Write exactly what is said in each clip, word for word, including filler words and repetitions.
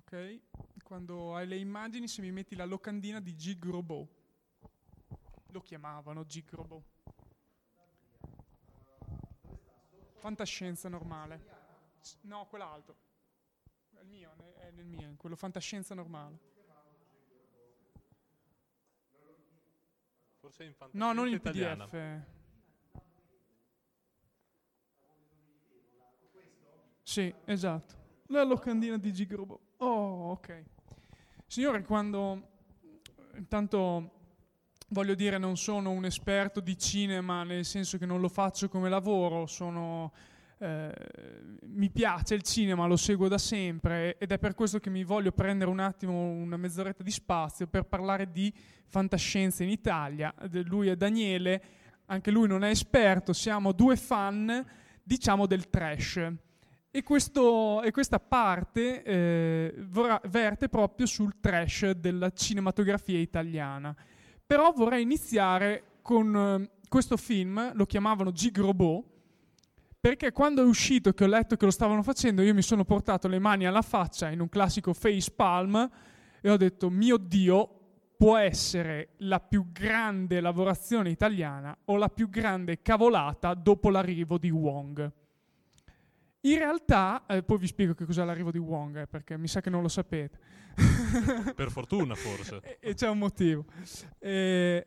Ok, quando hai le immagini, se mi metti la locandina di Gig Robot. Lo chiamavano Gig Robot. Fantascienza normale. No, quell'altro. È il mio, è nel mio, quello fantascienza normale. Forse in fantascienza No, non in italiana. P D F. Sì, esatto. La locandina di Gig Robot. Oh, ok. Signore, quando... Intanto voglio dire, non sono un esperto di cinema, nel senso che non lo faccio come lavoro, sono... Eh, mi piace il cinema, lo seguo da sempre ed è per questo che mi voglio prendere un attimo una mezz'oretta di spazio per parlare di fantascienza in Italia. Lui è Daniele, anche lui non è esperto, siamo due fan, diciamo, del trash. E, questo, e questa parte eh, vorrà, verte proprio sul trash della cinematografia italiana. Però vorrei iniziare con eh, questo film, lo chiamavano Gig Robot, perché quando è uscito, che ho letto che lo stavano facendo, io mi sono portato le mani alla faccia in un classico face palm e ho detto, mio Dio, può essere la più grande lavorazione italiana o la più grande cavolata dopo l'arrivo di Wong. In realtà, eh, poi vi spiego che cos'è l'arrivo di Wong, eh, perché mi sa che non lo sapete. Per fortuna, forse. e, e c'è un motivo. Eh,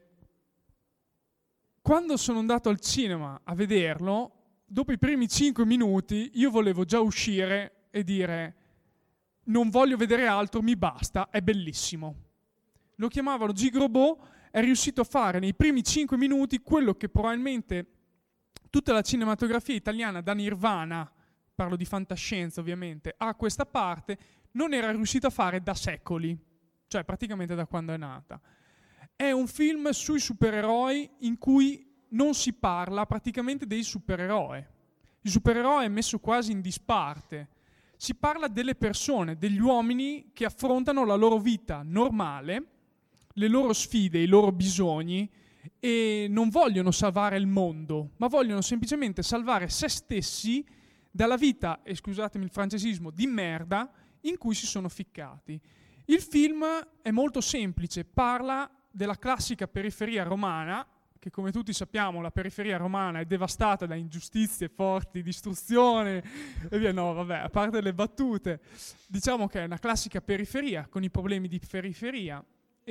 quando sono andato al cinema a vederlo, dopo i primi cinque minuti, io volevo già uscire e dire non voglio vedere altro, mi basta, è bellissimo. Lo chiamavano Gig Robot, è riuscito a fare nei primi cinque minuti quello che probabilmente tutta la cinematografia italiana da Nirvana, parlo di fantascienza ovviamente, a questa parte non era riuscito a fare da secoli, cioè praticamente da quando è nata. È un film sui supereroi in cui non si parla praticamente dei supereroi. Il supereroe è messo quasi in disparte. Si parla delle persone, degli uomini che affrontano la loro vita normale, le loro sfide, i loro bisogni e non vogliono salvare il mondo, ma vogliono semplicemente salvare se stessi dalla vita, e scusatemi il francesismo, di merda in cui si sono ficcati. Il film è molto semplice, parla della classica periferia romana, che come tutti sappiamo la periferia romana è devastata da ingiustizie forti, distruzione e via. No, vabbè, a parte le battute, diciamo che è una classica periferia con i problemi di periferia.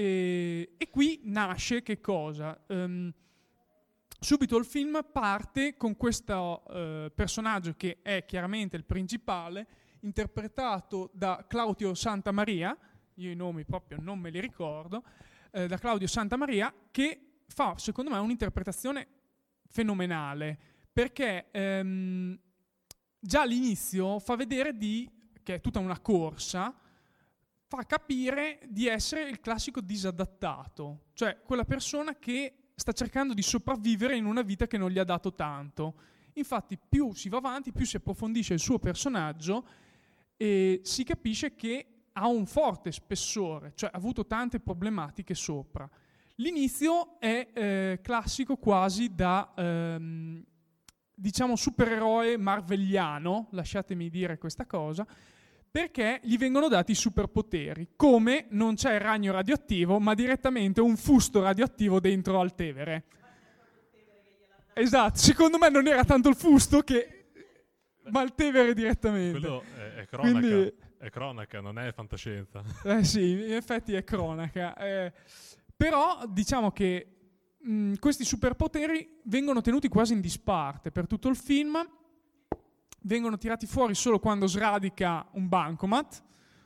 E, e qui nasce che cosa? Um, subito il film parte con questo uh, personaggio che è chiaramente il principale, interpretato da Claudio Santamaria, io i nomi proprio non me li ricordo, uh, da Claudio Santamaria, che fa secondo me un'interpretazione fenomenale, perché um, già all'inizio fa vedere di, che è tutta una corsa, fa capire di essere il classico disadattato, cioè quella persona che sta cercando di sopravvivere in una vita che non gli ha dato tanto. Infatti più si va avanti, più si approfondisce il suo personaggio e si capisce che ha un forte spessore, cioè ha avuto tante problematiche sopra. L'inizio è eh, classico quasi da, ehm, diciamo, supereroe marveliano, lasciatemi dire questa cosa, perché gli vengono dati i superpoteri, come non c'è il ragno radioattivo, ma direttamente un fusto radioattivo dentro al Tevere. Esatto, secondo me non era tanto il fusto che... ma il Tevere direttamente. Quello è, è cronaca, Quindi, è cronaca, non è fantascienza. Eh sì, in effetti è cronaca. Eh, però diciamo che mh, questi superpoteri vengono tenuti quasi in disparte per tutto il film, vengono tirati fuori solo quando sradica un bancomat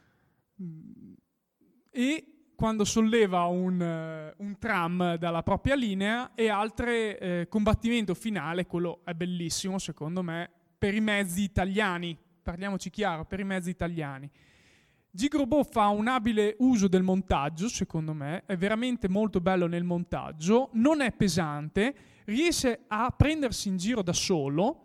e quando solleva un, uh, un tram dalla propria linea e altre eh, combattimento finale, quello è bellissimo secondo me, per i mezzi italiani, parliamoci chiaro, per i mezzi italiani. Gig Robot fa un abile uso del montaggio, secondo me, è veramente molto bello nel montaggio, non è pesante, riesce a prendersi in giro da solo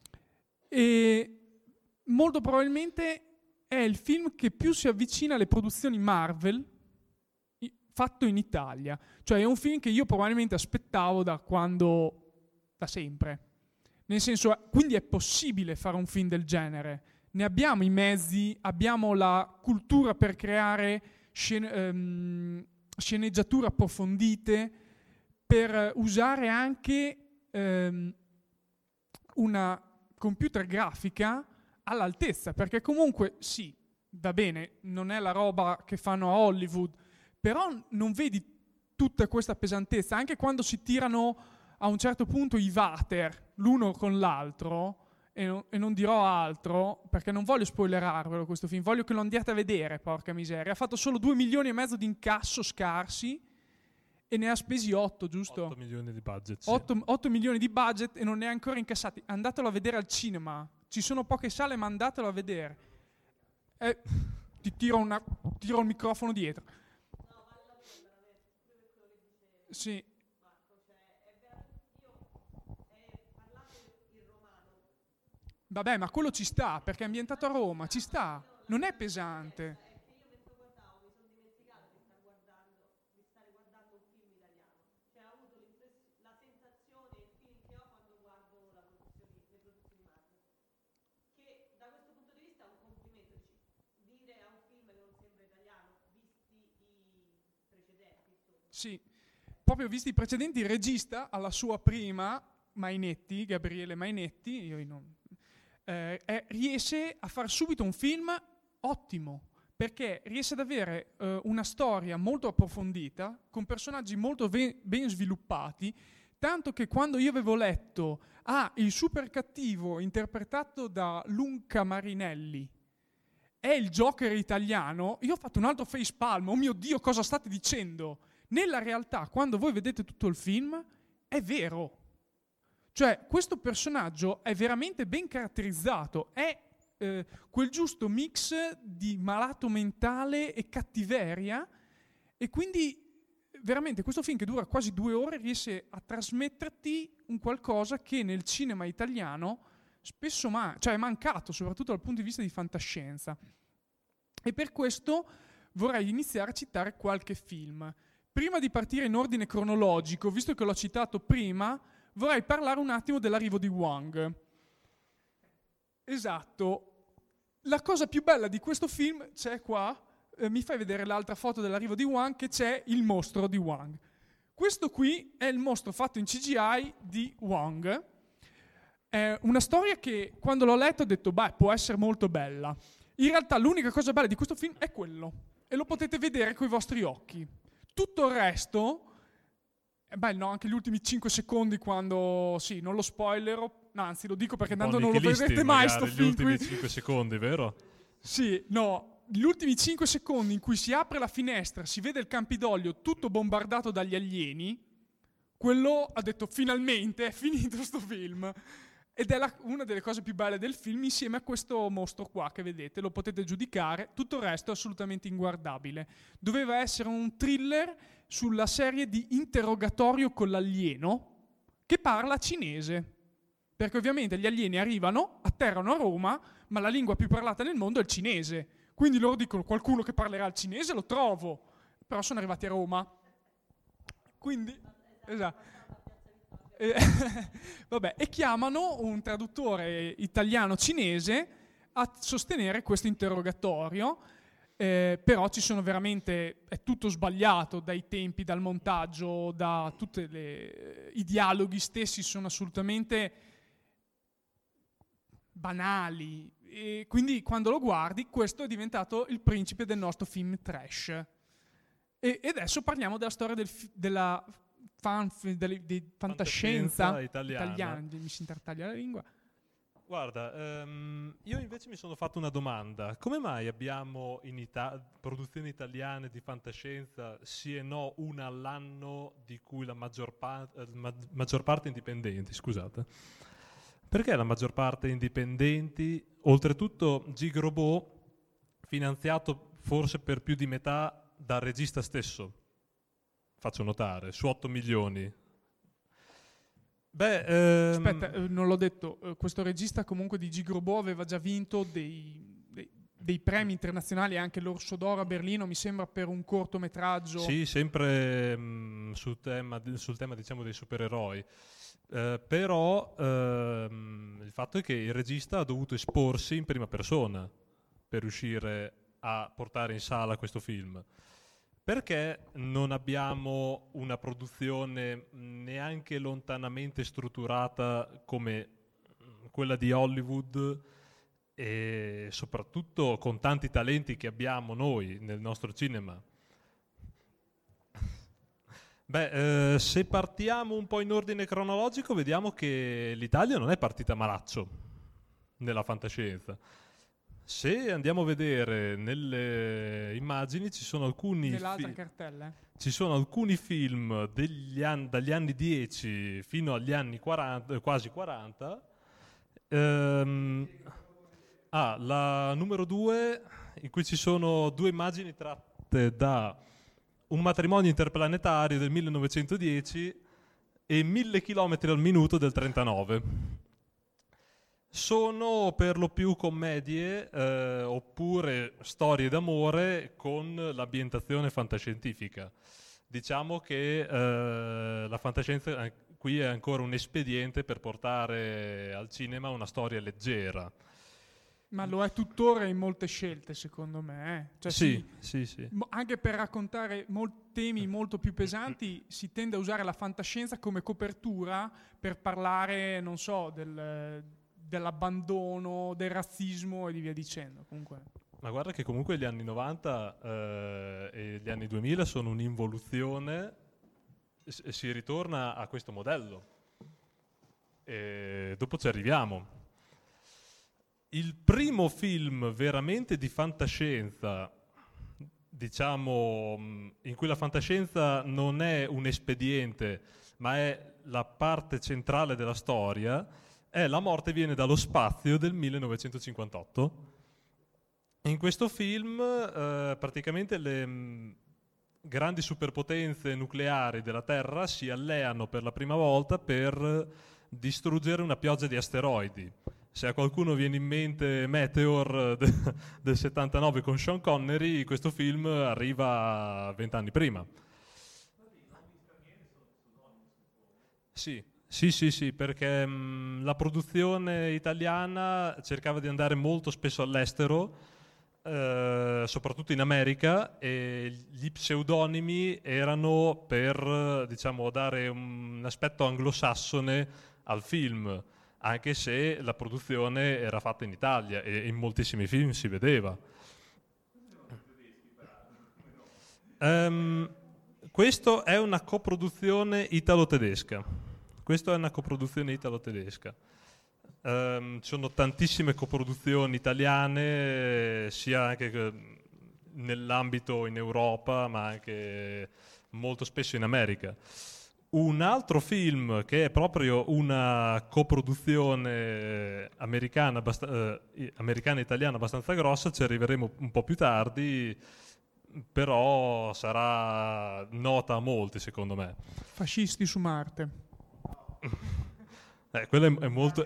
e molto probabilmente è il film che più si avvicina alle produzioni Marvel fatto in Italia, cioè è un film che io probabilmente aspettavo da quando, da sempre, nel senso, quindi è possibile fare un film del genere, ne abbiamo i mezzi, abbiamo la cultura per creare scen- ehm, sceneggiature approfondite, per usare anche ehm, una computer grafica all'altezza, perché comunque sì, va bene, non è la roba che fanno a Hollywood, però non vedi tutta questa pesantezza, anche quando si tirano a un certo punto i water l'uno con l'altro, e non, e non dirò altro perché non voglio spoilerarvelo questo film, voglio che lo andiate a vedere, porca miseria. Ha fatto solo due milioni e mezzo di incasso scarsi e ne ha spesi otto, giusto? otto milioni di budget, sì. otto milioni di budget e non ne ha ancora incassati. Andatelo a vedere al cinema, ci sono poche sale, ma andatelo a vedere. Eh, ti tiro, una, tiro il microfono dietro. Sì. Vabbè, ma quello ci sta, perché è ambientato a Roma, ci sta, non è pesante. Sì, proprio visti i precedenti, il regista alla sua prima, Mainetti, Gabriele Mainetti, io non, eh, è, riesce a far subito un film ottimo, perché riesce ad avere eh, una storia molto approfondita, con personaggi molto ve- ben sviluppati, tanto che quando io avevo letto ah, il super cattivo interpretato da Luca Marinelli è il Joker italiano, io ho fatto un altro facepalm, oh mio Dio, cosa state dicendo? Nella realtà, quando voi vedete tutto il film, è vero. Cioè, questo personaggio è veramente ben caratterizzato, è eh, quel giusto mix di malato mentale e cattiveria, e quindi veramente questo film, che dura quasi due ore, riesce a trasmetterti un qualcosa che nel cinema italiano spesso man- cioè è mancato, soprattutto dal punto di vista di fantascienza. E per questo vorrei iniziare a citare qualche film. Prima di partire in ordine cronologico, visto che l'ho citato prima, vorrei parlare un attimo dell'arrivo di Wang. Esatto. La cosa più bella di questo film c'è qua, eh, mi fai vedere l'altra foto dell'arrivo di Wang, che c'è il mostro di Wang. Questo qui è il mostro fatto in C G I di Wang. È una storia che quando l'ho letto ho detto, beh, può essere molto bella. In realtà l'unica cosa bella di questo film è quello, e lo potete vedere coi vostri occhi. Tutto il resto, eh beh no, anche gli ultimi cinque secondi quando, sì, non lo spoilerò, no, anzi lo dico perché tanto non lo vedrete mai sto film qui. Gli ultimi cinque secondi, vero? Sì, no, gli ultimi cinque secondi in cui si apre la finestra, si vede il Campidoglio tutto bombardato dagli alieni, quello ha detto finalmente è finito sto film. Ed è la, una delle cose più belle del film, insieme a questo mostro qua che vedete, lo potete giudicare, tutto il resto è assolutamente inguardabile. Doveva essere un thriller sulla serie di Interrogatorio con l'alieno, che parla cinese. Perché ovviamente gli alieni arrivano, atterrano a Roma, ma la lingua più parlata nel mondo è il cinese. Quindi loro dicono, qualcuno che parlerà il cinese lo trovo. Però sono arrivati a Roma. Quindi, esatto. Eh, vabbè, e chiamano un traduttore italiano-cinese a sostenere questo interrogatorio, eh, però ci sono veramente, è tutto sbagliato dai tempi, dal montaggio, da tutti i dialoghi stessi sono assolutamente banali, e quindi quando lo guardi questo è diventato il principe del nostro film trash. E, e adesso parliamo della storia del, della Fan, delle, di fantascienza, fantascienza italiana. italiana, mi si intertaglia la lingua. Guarda, um, io invece mi sono fatto una domanda. Come mai abbiamo in Ita- produzioni italiane di fantascienza, sì e no, una all'anno, di cui la maggior, pa- eh, ma- maggior parte indipendenti, scusate? Perché la maggior parte indipendenti, oltretutto Gigrobot, finanziato forse per più di metà dal regista stesso, faccio notare, su otto milioni. Beh, ehm... Aspetta, eh, non l'ho detto, eh, questo regista comunque di Gigrobot aveva già vinto dei, dei, dei premi internazionali, anche l'Orso d'Oro a Berlino, mi sembra, per un cortometraggio. Sì, sempre mh, sul tema, sul tema diciamo dei supereroi. Eh, però ehm, il fatto è che il regista ha dovuto esporsi in prima persona per riuscire a portare in sala questo film. Perché non abbiamo una produzione neanche lontanamente strutturata come quella di Hollywood, e soprattutto con tanti talenti che abbiamo noi nel nostro cinema? Beh, eh, se partiamo un po' in ordine cronologico, vediamo che l'Italia non è partita malaccio nella fantascienza. Se andiamo a vedere nelle immagini, ci sono alcuni, Nell'altra fi- cartella. ci sono alcuni film degli an- dagli anni dieci fino agli anni quaranta, eh, quasi quaranta. Ehm, ah, la numero due, in cui ci sono due immagini tratte da Un matrimonio interplanetario del millenovecentodieci e Mille chilometri al minuto del trentanove. Sono per lo più commedie eh, oppure storie d'amore con l'ambientazione fantascientifica. Diciamo che eh, la fantascienza eh, qui è ancora un espediente per portare al cinema una storia leggera. Ma lo è tuttora in molte scelte, secondo me. Eh. Cioè, Sì, si- sì, sì. mo- anche per raccontare mol- temi molto più pesanti, si tende a usare la fantascienza come copertura per parlare, non so, del- dell'abbandono, del razzismo e di via dicendo. Comunque. Ma guarda che comunque gli anni novanta eh, e gli anni duemila sono un'involuzione, s- si ritorna a questo modello. E dopo ci arriviamo. Il primo film veramente di fantascienza, diciamo, mh, in cui la fantascienza non è un espediente, ma è la parte centrale della storia, è La morte viene dallo spazio del millenovecentocinquantotto. In questo film eh, praticamente le mh, grandi superpotenze nucleari della Terra si alleano per la prima volta per distruggere una pioggia di asteroidi. Se a qualcuno viene in mente Meteor de- del settantanove con Sean Connery, questo film arriva vent'anni prima. Sì, sì, sì, sì, perché mh, la produzione italiana cercava di andare molto spesso all'estero, eh, soprattutto in America, e gli pseudonimi erano per, diciamo, dare un aspetto anglosassone al film, anche se la produzione era fatta in Italia e in moltissimi film si vedeva. Ehm, questo è una coproduzione italo-tedesca. Questo è una coproduzione italo-tedesca. Ehm, ci sono tantissime coproduzioni italiane, eh, sia anche che nell'ambito in Europa, ma anche molto spesso in America. Un altro film che è proprio una coproduzione americana, abbast- eh, americana e italiana abbastanza grossa, ci arriveremo un po' più tardi, però sarà nota a molti secondo me. Fascisti su Marte. Eh, quello è, è molto...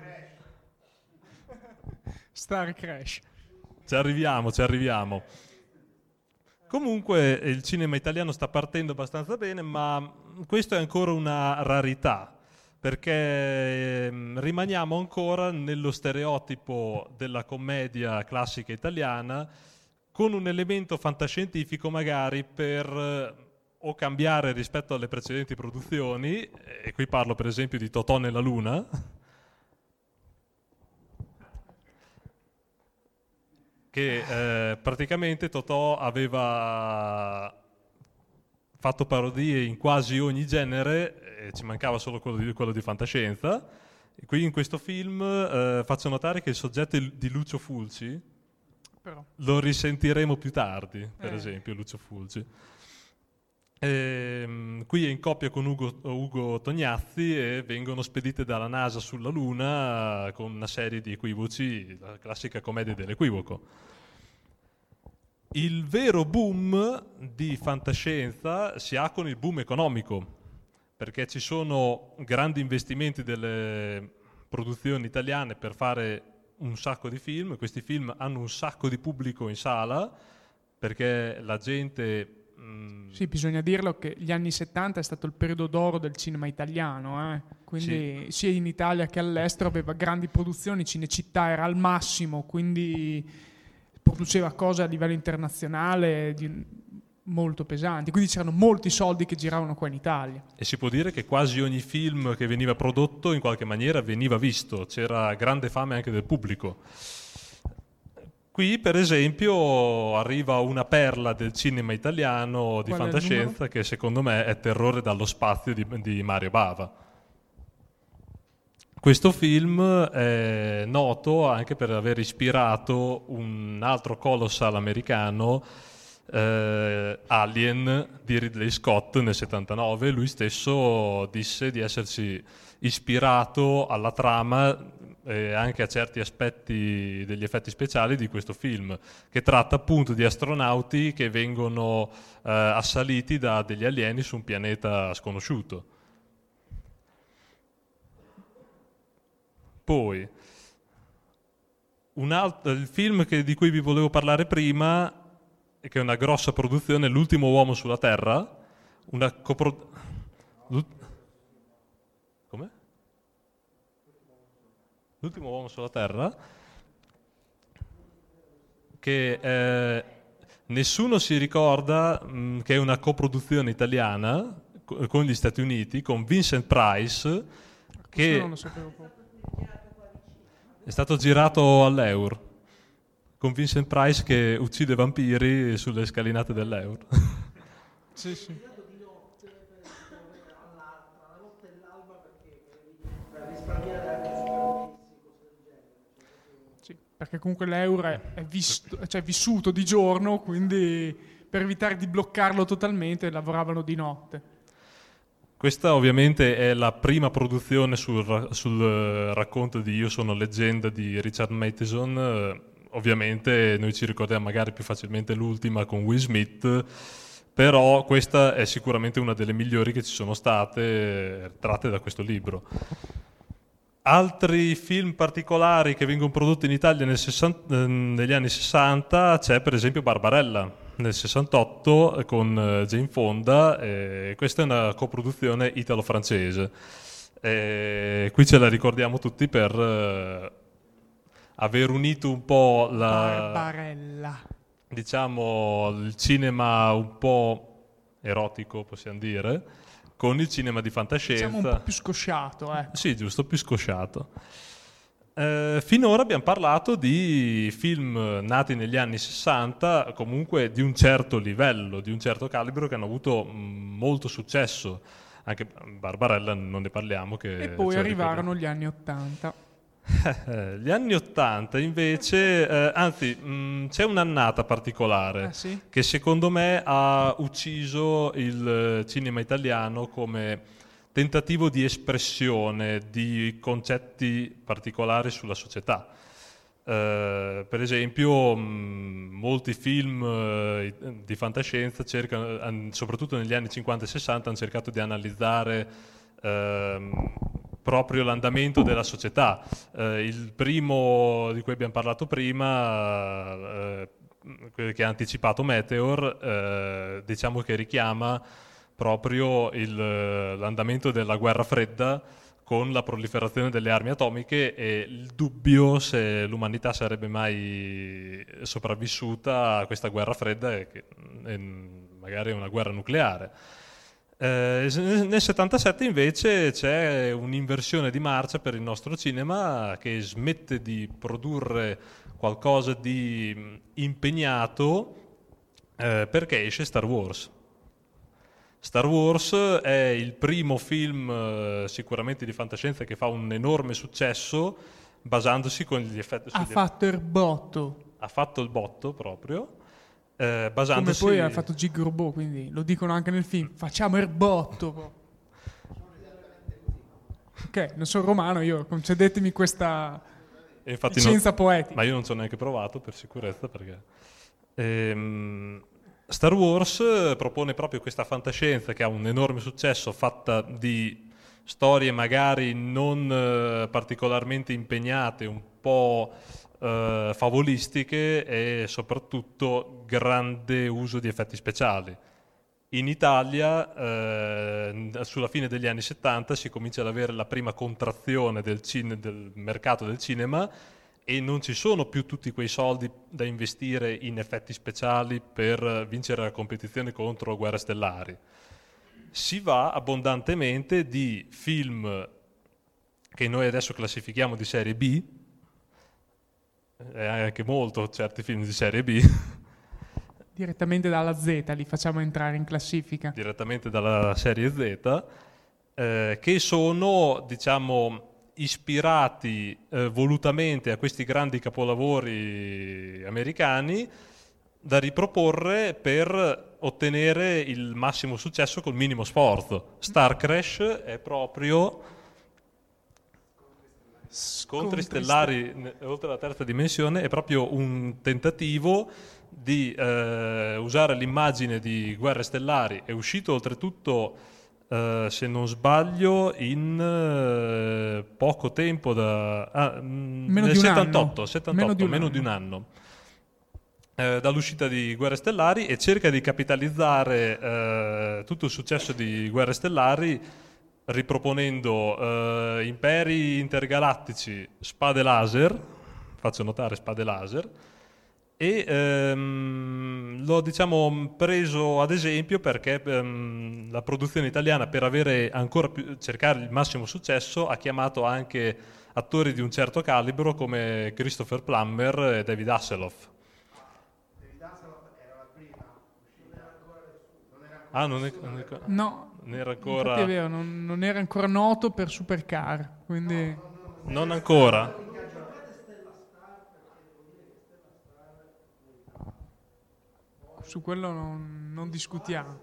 Star Crash. Ci arriviamo, ci arriviamo. Comunque il cinema italiano sta partendo abbastanza bene, ma questo è ancora una rarità, perché ehm, rimaniamo ancora nello stereotipo della commedia classica italiana, con un elemento fantascientifico magari per eh, o cambiare rispetto alle precedenti produzioni, e qui parlo per esempio di Totò nella Luna, che eh, praticamente Totò aveva fatto parodie in quasi ogni genere, e ci mancava solo quello di, quello di fantascienza. E qui in questo film eh, faccio notare che il soggetto di Lucio Fulci Però. lo risentiremo più tardi, per Eh. esempio, Lucio Fulci. Ehm, qui è in coppia con Ugo, Ugo Tognazzi e vengono spedite dalla NASA sulla Luna eh, con una serie di equivoci, la classica commedia dell'equivoco. Il vero boom di fantascienza si ha con il boom economico, perché ci sono grandi investimenti delle produzioni italiane per fare un sacco di film, questi film hanno un sacco di pubblico in sala, perché la gente mh, Sì, bisogna dirlo che gli anni settanta è stato il periodo d'oro del cinema italiano, eh? Quindi sì. Sia in Italia che all'estero aveva grandi produzioni, Cinecittà era al massimo, quindi produceva cose a livello internazionale di, molto pesanti, quindi c'erano molti soldi che giravano qua in Italia. E si può dire che quasi ogni film che veniva prodotto in qualche maniera veniva visto, c'era grande fame anche del pubblico. Qui per esempio arriva una perla del cinema italiano di Qual è il fantascienza che secondo me è Terrore dallo spazio di, di Mario Bava. Questo film è noto anche per aver ispirato un altro colossal americano, eh, Alien di Ridley Scott nel settantanove. Lui stesso disse di essersi ispirato alla trama e anche a certi aspetti degli effetti speciali di questo film, che tratta appunto di astronauti che vengono eh, assaliti da degli alieni su un pianeta sconosciuto. Poi, un altro, il film che, di cui vi volevo parlare prima, che è una grossa produzione, L'ultimo uomo sulla Terra, una copro... Come? L'ultimo uomo sulla Terra, che eh, nessuno si ricorda mh, che è una coproduzione italiana co- con gli Stati Uniti, con Vincent Price, che non lo sapevo proprio. È stato girato all'Eur, con Vincent Price che uccide vampiri sulle scalinate dell'Eur. Sì, sì. Sì, perché comunque l'Eur è, visto, cioè vissuto di giorno, quindi per evitare di bloccarlo totalmente lavoravano di notte. Questa ovviamente è la prima produzione sul, sul racconto di Io sono leggenda di Richard Matheson. Eh, ovviamente noi ci ricordiamo magari più facilmente l'ultima con Will Smith, però questa è sicuramente una delle migliori che ci sono state, eh, tratte da questo libro. Altri film particolari che vengono prodotti in Italia nel sessanta, negli anni sessanta, c'è per esempio Barbarella nel sessantotto con Jane Fonda, e questa è una coproduzione italo-francese. E qui ce la ricordiamo tutti per eh, aver unito un po' la, Barbarella. diciamo, il cinema un po' erotico, possiamo dire, con il cinema di fantascienza. Diciamo un po' più scosciato, ecco. Sì, giusto, più scosciato. Eh, finora abbiamo parlato di film nati negli anni sessanta, comunque di un certo livello, di un certo calibro, che hanno avuto mh, molto successo. Anche Barbarella non ne parliamo. Che e poi arrivarono gli anni ottanta. Gli anni ottanta invece, eh, anzi mh, c'è un'annata particolare ah, sì? che secondo me ha ucciso il cinema italiano come tentativo di espressione di concetti particolari sulla società. Uh, per esempio mh, molti film uh, di fantascienza cercano, an, soprattutto negli anni cinquanta e sessanta, hanno cercato di analizzare uh, proprio l'andamento della società. Uh, il primo di cui abbiamo parlato prima, uh, che ha anticipato Meteor, uh, diciamo che richiama proprio il, l'andamento della guerra fredda con la proliferazione delle armi atomiche e il dubbio se l'umanità sarebbe mai sopravvissuta a questa guerra fredda e che e magari una guerra nucleare. Eh, nel settantasette invece c'è un'inversione di marcia per il nostro cinema, che smette di produrre qualcosa di impegnato eh, perché esce Star Wars. Star Wars è il primo film eh, sicuramente di fantascienza che fa un enorme successo basandosi con gli effetti... Ha fatto il botto. Ha fatto il botto proprio, eh, basandosi... Come poi ha fatto Gig Robot, quindi lo dicono anche nel film, facciamo il botto. Ok, non sono romano io, concedetemi questa licenza non, poetica. Ma io non ci ho neanche provato, per sicurezza, perché... Ehm, Star Wars propone proprio questa fantascienza che ha un enorme successo, fatta di storie magari non eh, particolarmente impegnate, un po' eh, favolistiche e soprattutto grande uso di effetti speciali. In Italia, eh, sulla fine degli anni settanta, si comincia ad avere la prima contrazione del, cine, del mercato del cinema e non ci sono più tutti quei soldi da investire in effetti speciali per vincere la competizione contro Guerre Stellari. Si va abbondantemente di film che noi adesso classifichiamo di serie B, e anche molto certi film di serie B, direttamente dalla Z li facciamo entrare in classifica. Direttamente dalla serie Z, eh, che sono, diciamo, ispirati eh, volutamente a questi grandi capolavori americani da riproporre per ottenere il massimo successo col minimo sforzo. Star Crash è proprio Scontri stellari oltre la terza dimensione, è proprio un tentativo di eh, usare l'immagine di Guerre Stellari. È uscito oltretutto, eh, se non sbaglio, in eh, poco tempo, da, ah, meno nel di un settantotto, anno. settantotto, meno di un meno anno, di un anno eh, dall'uscita di Guerre Stellari, e cerca di capitalizzare eh, tutto il successo di Guerre Stellari riproponendo eh, imperi intergalattici, spade laser, faccio notare spade laser, e ehm, l'ho, diciamo, preso ad esempio perché ehm, la produzione italiana, per avere ancora più, cercare il massimo successo, ha chiamato anche attori di un certo calibro come Christopher Plummer e David Hasselhoff. David Hasselhoff era la prima, non era ancora, non era ancora Ah, non è, non è, no, non era ancora... infatti è vero, non, non era ancora noto per Supercar, quindi... Non ancora? Su quello non, non discutiamo.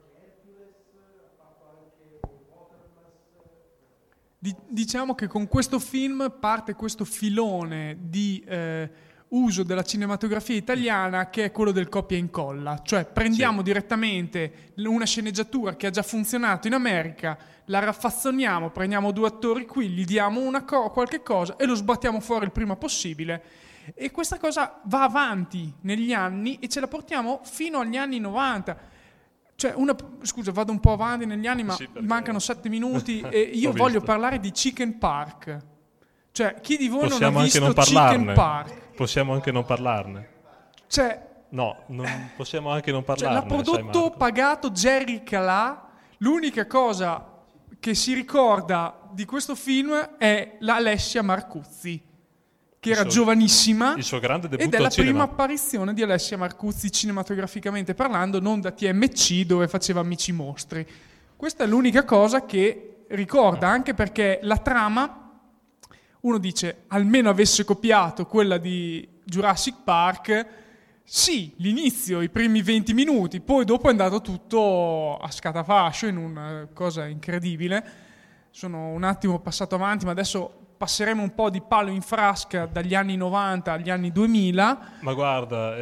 Di, diciamo che con questo film parte questo filone di eh, uso della cinematografia italiana, che è quello del copia e incolla. Cioè prendiamo sì. direttamente una sceneggiatura che ha già funzionato in America, la raffazzoniamo, prendiamo due attori qui, gli diamo una co- qualche cosa e lo sbattiamo fuori il prima possibile. E questa cosa va avanti negli anni e ce la portiamo fino agli anni novanta. Cioè una, scusa, vado un po' avanti negli anni, ma sì, mancano sette minuti e io voglio parlare di Chicken Park. Cioè, chi di voi Possiamo non ha visto non Chicken Park? Possiamo anche non parlarne. Cioè, no, non possiamo anche non parlarne. Cioè, l'ha prodotto, pagato Jerry Calà. L'unica cosa che si ricorda di questo film è la Alessia Marcuzzi, che era il suo, giovanissima, il suo grande debutto ed è la al cinema. prima apparizione di Alessia Marcuzzi cinematograficamente parlando, non da T M C dove faceva Amici Mostri. Questa è l'unica cosa che ricorda, anche perché la trama, uno dice, almeno avesse copiato quella di Jurassic Park, sì, l'inizio, i primi venti minuti, poi dopo è andato tutto a scatafascio in una cosa incredibile. Sono un attimo passato avanti, ma adesso passeremo un po' di palo in frasca dagli anni novanta agli anni duemila. Ma guarda,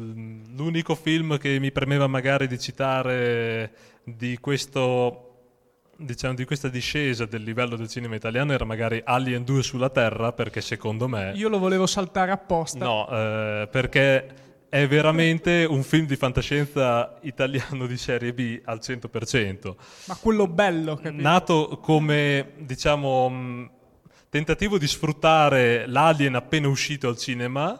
l'unico film che mi premeva magari di citare di questo, diciamo, di questa discesa del livello del cinema italiano era magari Alien due sulla Terra, perché secondo me... Io lo volevo saltare apposta. No, eh, perché è veramente un film di fantascienza italiano di serie B al cento per cento. Ma quello bello, capito? Nato come, diciamo... tentativo di sfruttare l'Alien appena uscito al cinema,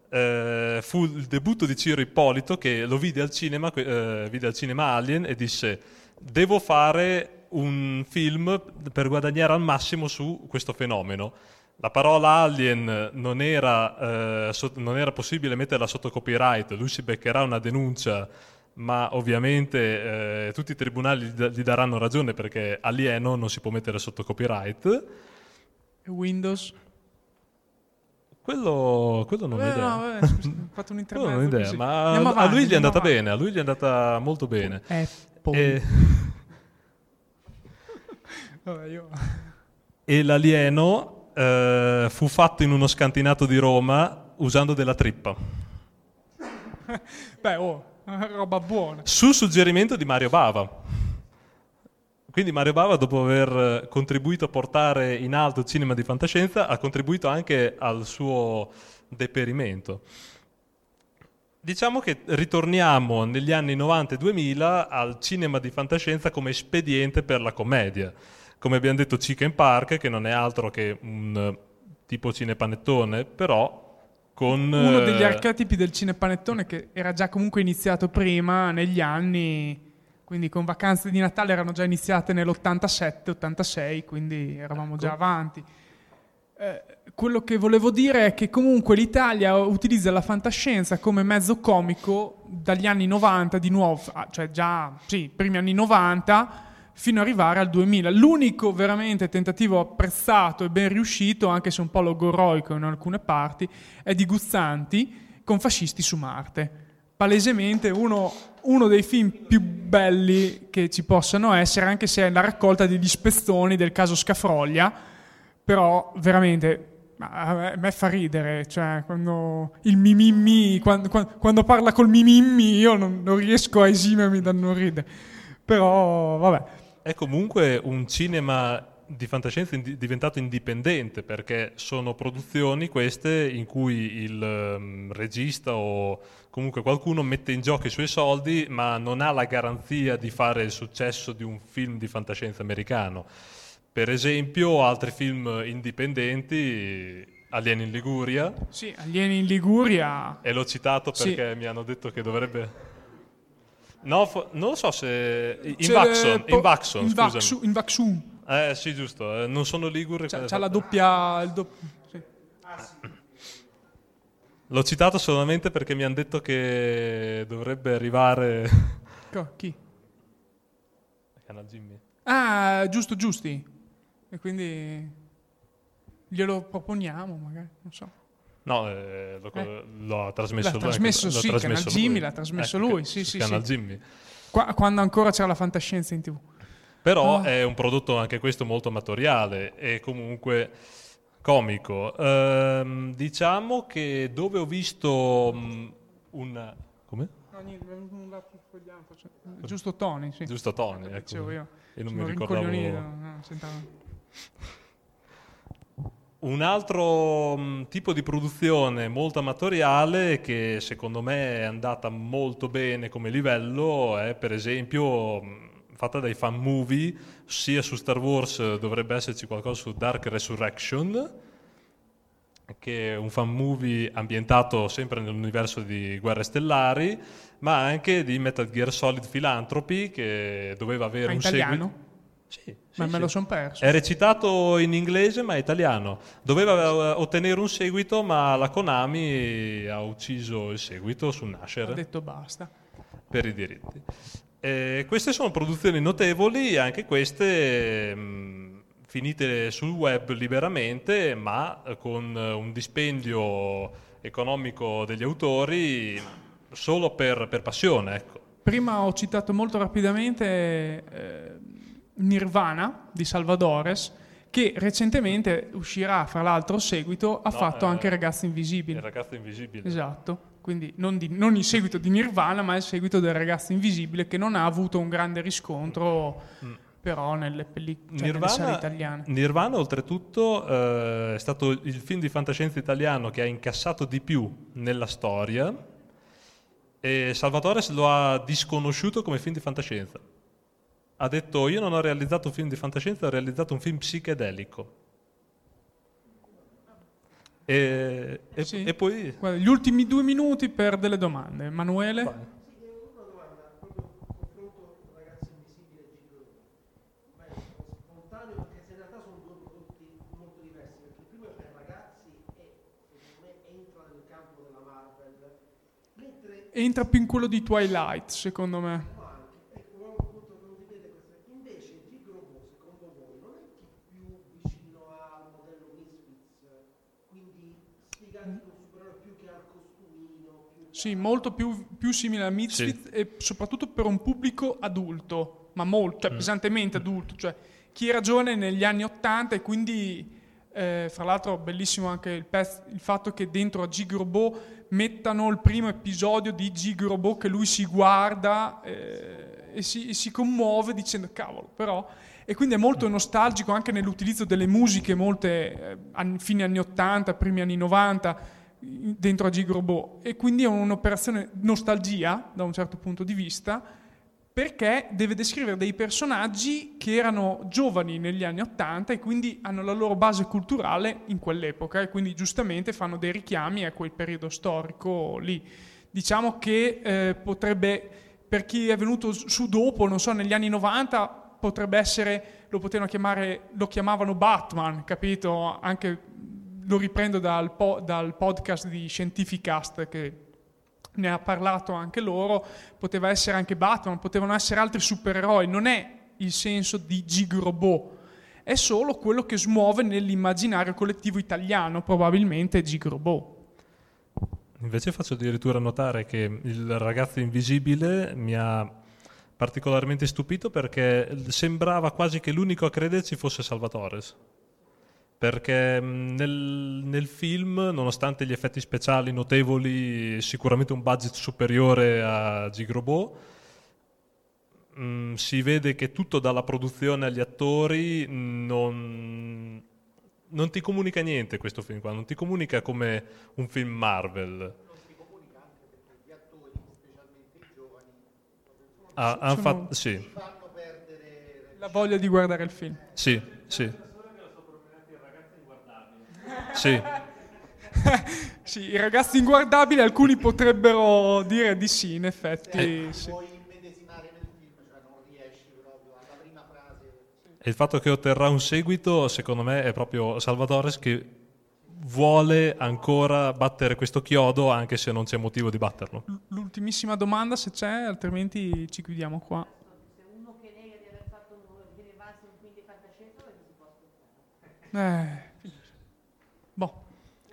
eh, fu il debutto di Ciro Ippolito, che lo vide al cinema, eh, vide al cinema Alien e disse: devo fare un film per guadagnare al massimo su questo fenomeno. La parola Alien non era, eh, so, non era possibile metterla sotto copyright, lui si beccherà una denuncia, ma ovviamente eh, tutti i tribunali gli, gli daranno ragione, perché alieno non si può mettere sotto copyright. Windows? Quello, quello non eh, ho idea. No, vabbè, scusa, ho fatto un intervento. Non ho idea, così. ma avanti, a lui gli è andata avanti. bene, a lui gli è andata molto bene. Apple. E, vabbè, io... e l'alieno eh, fu fatto in uno scantinato di Roma usando della trippa. Beh, oh, roba buona. Su suggerimento di Mario Bava. Quindi Mario Bava, dopo aver contribuito a portare in alto il cinema di fantascienza, ha contribuito anche al suo deperimento. Diciamo che ritorniamo negli anni novanta e duemila al cinema di fantascienza come espediente per la commedia. Come abbiamo detto, Chicken Park, che non è altro che un tipo cinepanettone, però con... Uno degli archetipi del cinepanettone che era già comunque iniziato prima, negli anni, quindi con Vacanze di Natale erano già iniziate nell'ottantasette ottantasei, quindi eravamo ecco. già avanti. Eh, quello che volevo dire è che comunque l'Italia utilizza la fantascienza come mezzo comico dagli anni novanta di nuovo, cioè già sì, primi anni novanta fino ad arrivare al duemila. L'unico veramente tentativo apprezzato e ben riuscito, anche se un po' logorroico in alcune parti, è di Guzzanti con Fascisti su Marte. Palesemente uno, uno dei film più belli che ci possano essere, anche se è la raccolta degli spezzoni del caso Scafroglia, però veramente a me fa ridere, cioè quando il mimimmi, quando, quando, quando parla col mimimmi io non, non riesco a esimermi dal non ridere, però vabbè. È comunque un cinema di fantascienza indi- diventato indipendente, perché sono produzioni queste in cui il um, regista o comunque qualcuno mette in gioco i suoi soldi, ma non ha la garanzia di fare il successo di un film di fantascienza americano. Per esempio, altri film indipendenti, Alieni in Liguria. Sì, Alieni in Liguria. E l'ho citato perché sì. Mi hanno detto che dovrebbe... No, fo- non lo so se... In Vaxon, po- in Vaxon, in scusami. Vaxu, in Vaxun. Eh sì, giusto, eh, non sono ligure. C'ha, c'ha la doppia... Il dopp- sì. Ah, sì. L'ho citato solamente perché mi hanno detto che dovrebbe arrivare... Chi? Canal Jimmy. Ah, giusto, giusti. E quindi glielo proponiamo, magari, non so. No, eh, lo, eh. l'ho trasmesso l'ha lui. Trasmesso, l'ha sì, trasmesso Canal Jimmy lui. l'ha trasmesso ecco, lui, sì, sì, Canal sì. Jimmy. Qua, quando ancora c'era la fantascienza in tv. Però oh. è un prodotto anche questo molto amatoriale e comunque comico. Ehm, diciamo che dove ho visto mh, un... Come? No, niente, un lato fogliato, cioè, giusto Tony, sì. Giusto Tony, ecco. Dicevo io. E non Sono mi ricordavo... No, Un altro mh, tipo di produzione molto amatoriale che secondo me è andata molto bene come livello è per esempio mh, fatta dai fan movie, sia su Star Wars dovrebbe esserci qualcosa su Dark Resurrection, che è un fan movie ambientato sempre nell'universo di Guerre Stellari, ma anche di Metal Gear Solid Philanthropy, che doveva avere ma un italiano? seguito. Sì, ma sì, me sì. lo son perso. È recitato in inglese ma è italiano. Doveva ottenere un seguito, ma la Konami ha ucciso il seguito su Nasher. Ha detto basta. Per i diritti. Eh, queste sono produzioni notevoli, anche queste mh, finite sul web liberamente, ma con un dispendio economico degli autori solo per, per passione. Ecco. Prima ho citato molto rapidamente eh, Nirvana di Salvadores, che recentemente uscirà, fra l'altro, seguito, ha no, fatto eh, anche Ragazzo Invisibile. Il ragazzo invisibile. Esatto, quindi non, di, non il seguito di Nirvana, ma il seguito del Ragazzo Invisibile, che non ha avuto un grande riscontro, mm. però nelle, pellic- cioè Nirvana, nelle serie italiane. Nirvana, oltretutto, eh, è stato il film di fantascienza italiano che ha incassato di più nella storia, e Salvatore lo ha disconosciuto come film di fantascienza. Ha detto: io non ho realizzato un film di fantascienza, ho realizzato un film psichedelico. E, e, sì. e poi... Guarda, gli ultimi due minuti per delle domande. Emanuele? Vai. Sì, una domanda, proprio confronto Ragazzi Invisibili e Gigolo. Ma è spontaneo perché in realtà sono due prodotti molto diversi, perché il primo è per ragazzi e secondo me entra nel campo della Marvel, mentre... Entra più in quello di Twilight, secondo me. Sì, molto più, più simile a Misfits, sì. E soprattutto per un pubblico adulto, ma molto, cioè mm. pesantemente adulto, cioè chi era giovane negli anni Ottanta e quindi, eh, fra l'altro bellissimo anche il, pezzo, il fatto che dentro a Gig Robot mettano il primo episodio di Gig Robot che lui si guarda eh, e, si, e si commuove dicendo cavolo, però... E quindi è molto nostalgico anche nell'utilizzo delle musiche, molte eh, anni, fine anni Ottanta, primi anni novanta, dentro a Gigrobot, e quindi è un'operazione nostalgia da un certo punto di vista, perché deve descrivere dei personaggi che erano giovani negli anni Ottanta e quindi hanno la loro base culturale in quell'epoca, e quindi giustamente fanno dei richiami a quel periodo storico lì. Diciamo che eh, potrebbe, per chi è venuto su dopo, non so, negli anni novanta, potrebbe essere, lo potevano chiamare, lo chiamavano Batman, capito? Anche lo riprendo dal, po- dal podcast di Scientificast, che ne ha parlato anche loro. Poteva essere anche Batman, potevano essere altri supereroi. Non è il senso di Gigrobot, è solo quello che smuove nell'immaginario collettivo italiano, probabilmente Gigrobot. Invece faccio addirittura notare che il ragazzo invisibile mi ha particolarmente stupito, perché sembrava quasi che l'unico a crederci fosse Salvatore. Perché nel, nel film, nonostante gli effetti speciali notevoli, sicuramente un budget superiore a Gigrobot, mh, si vede che tutto, dalla produzione agli attori, non, non ti comunica niente questo film qua, non ti comunica come un film Marvel. Non ti comunica anche perché gli attori, specialmente i giovani, ah, han fatto, sì. fanno perdere la voglia di guardare il film. Sì, sì. Sì. Sì, i ragazzi inguardabili, alcuni potrebbero dire di sì, in effetti. Eh. Sì. Puoi immedesimare nel film, cioè non riesci proprio alla prima frase. E il fatto che otterrà un seguito, secondo me, è proprio Salvatore che vuole ancora battere questo chiodo, anche se non c'è motivo di batterlo. L'ultimissima domanda, se c'è, altrimenti ci chiudiamo qua. Se uno che nega di aver fatto un viene base un film di fantascienza, non si può ascoltare. Eh. Boh.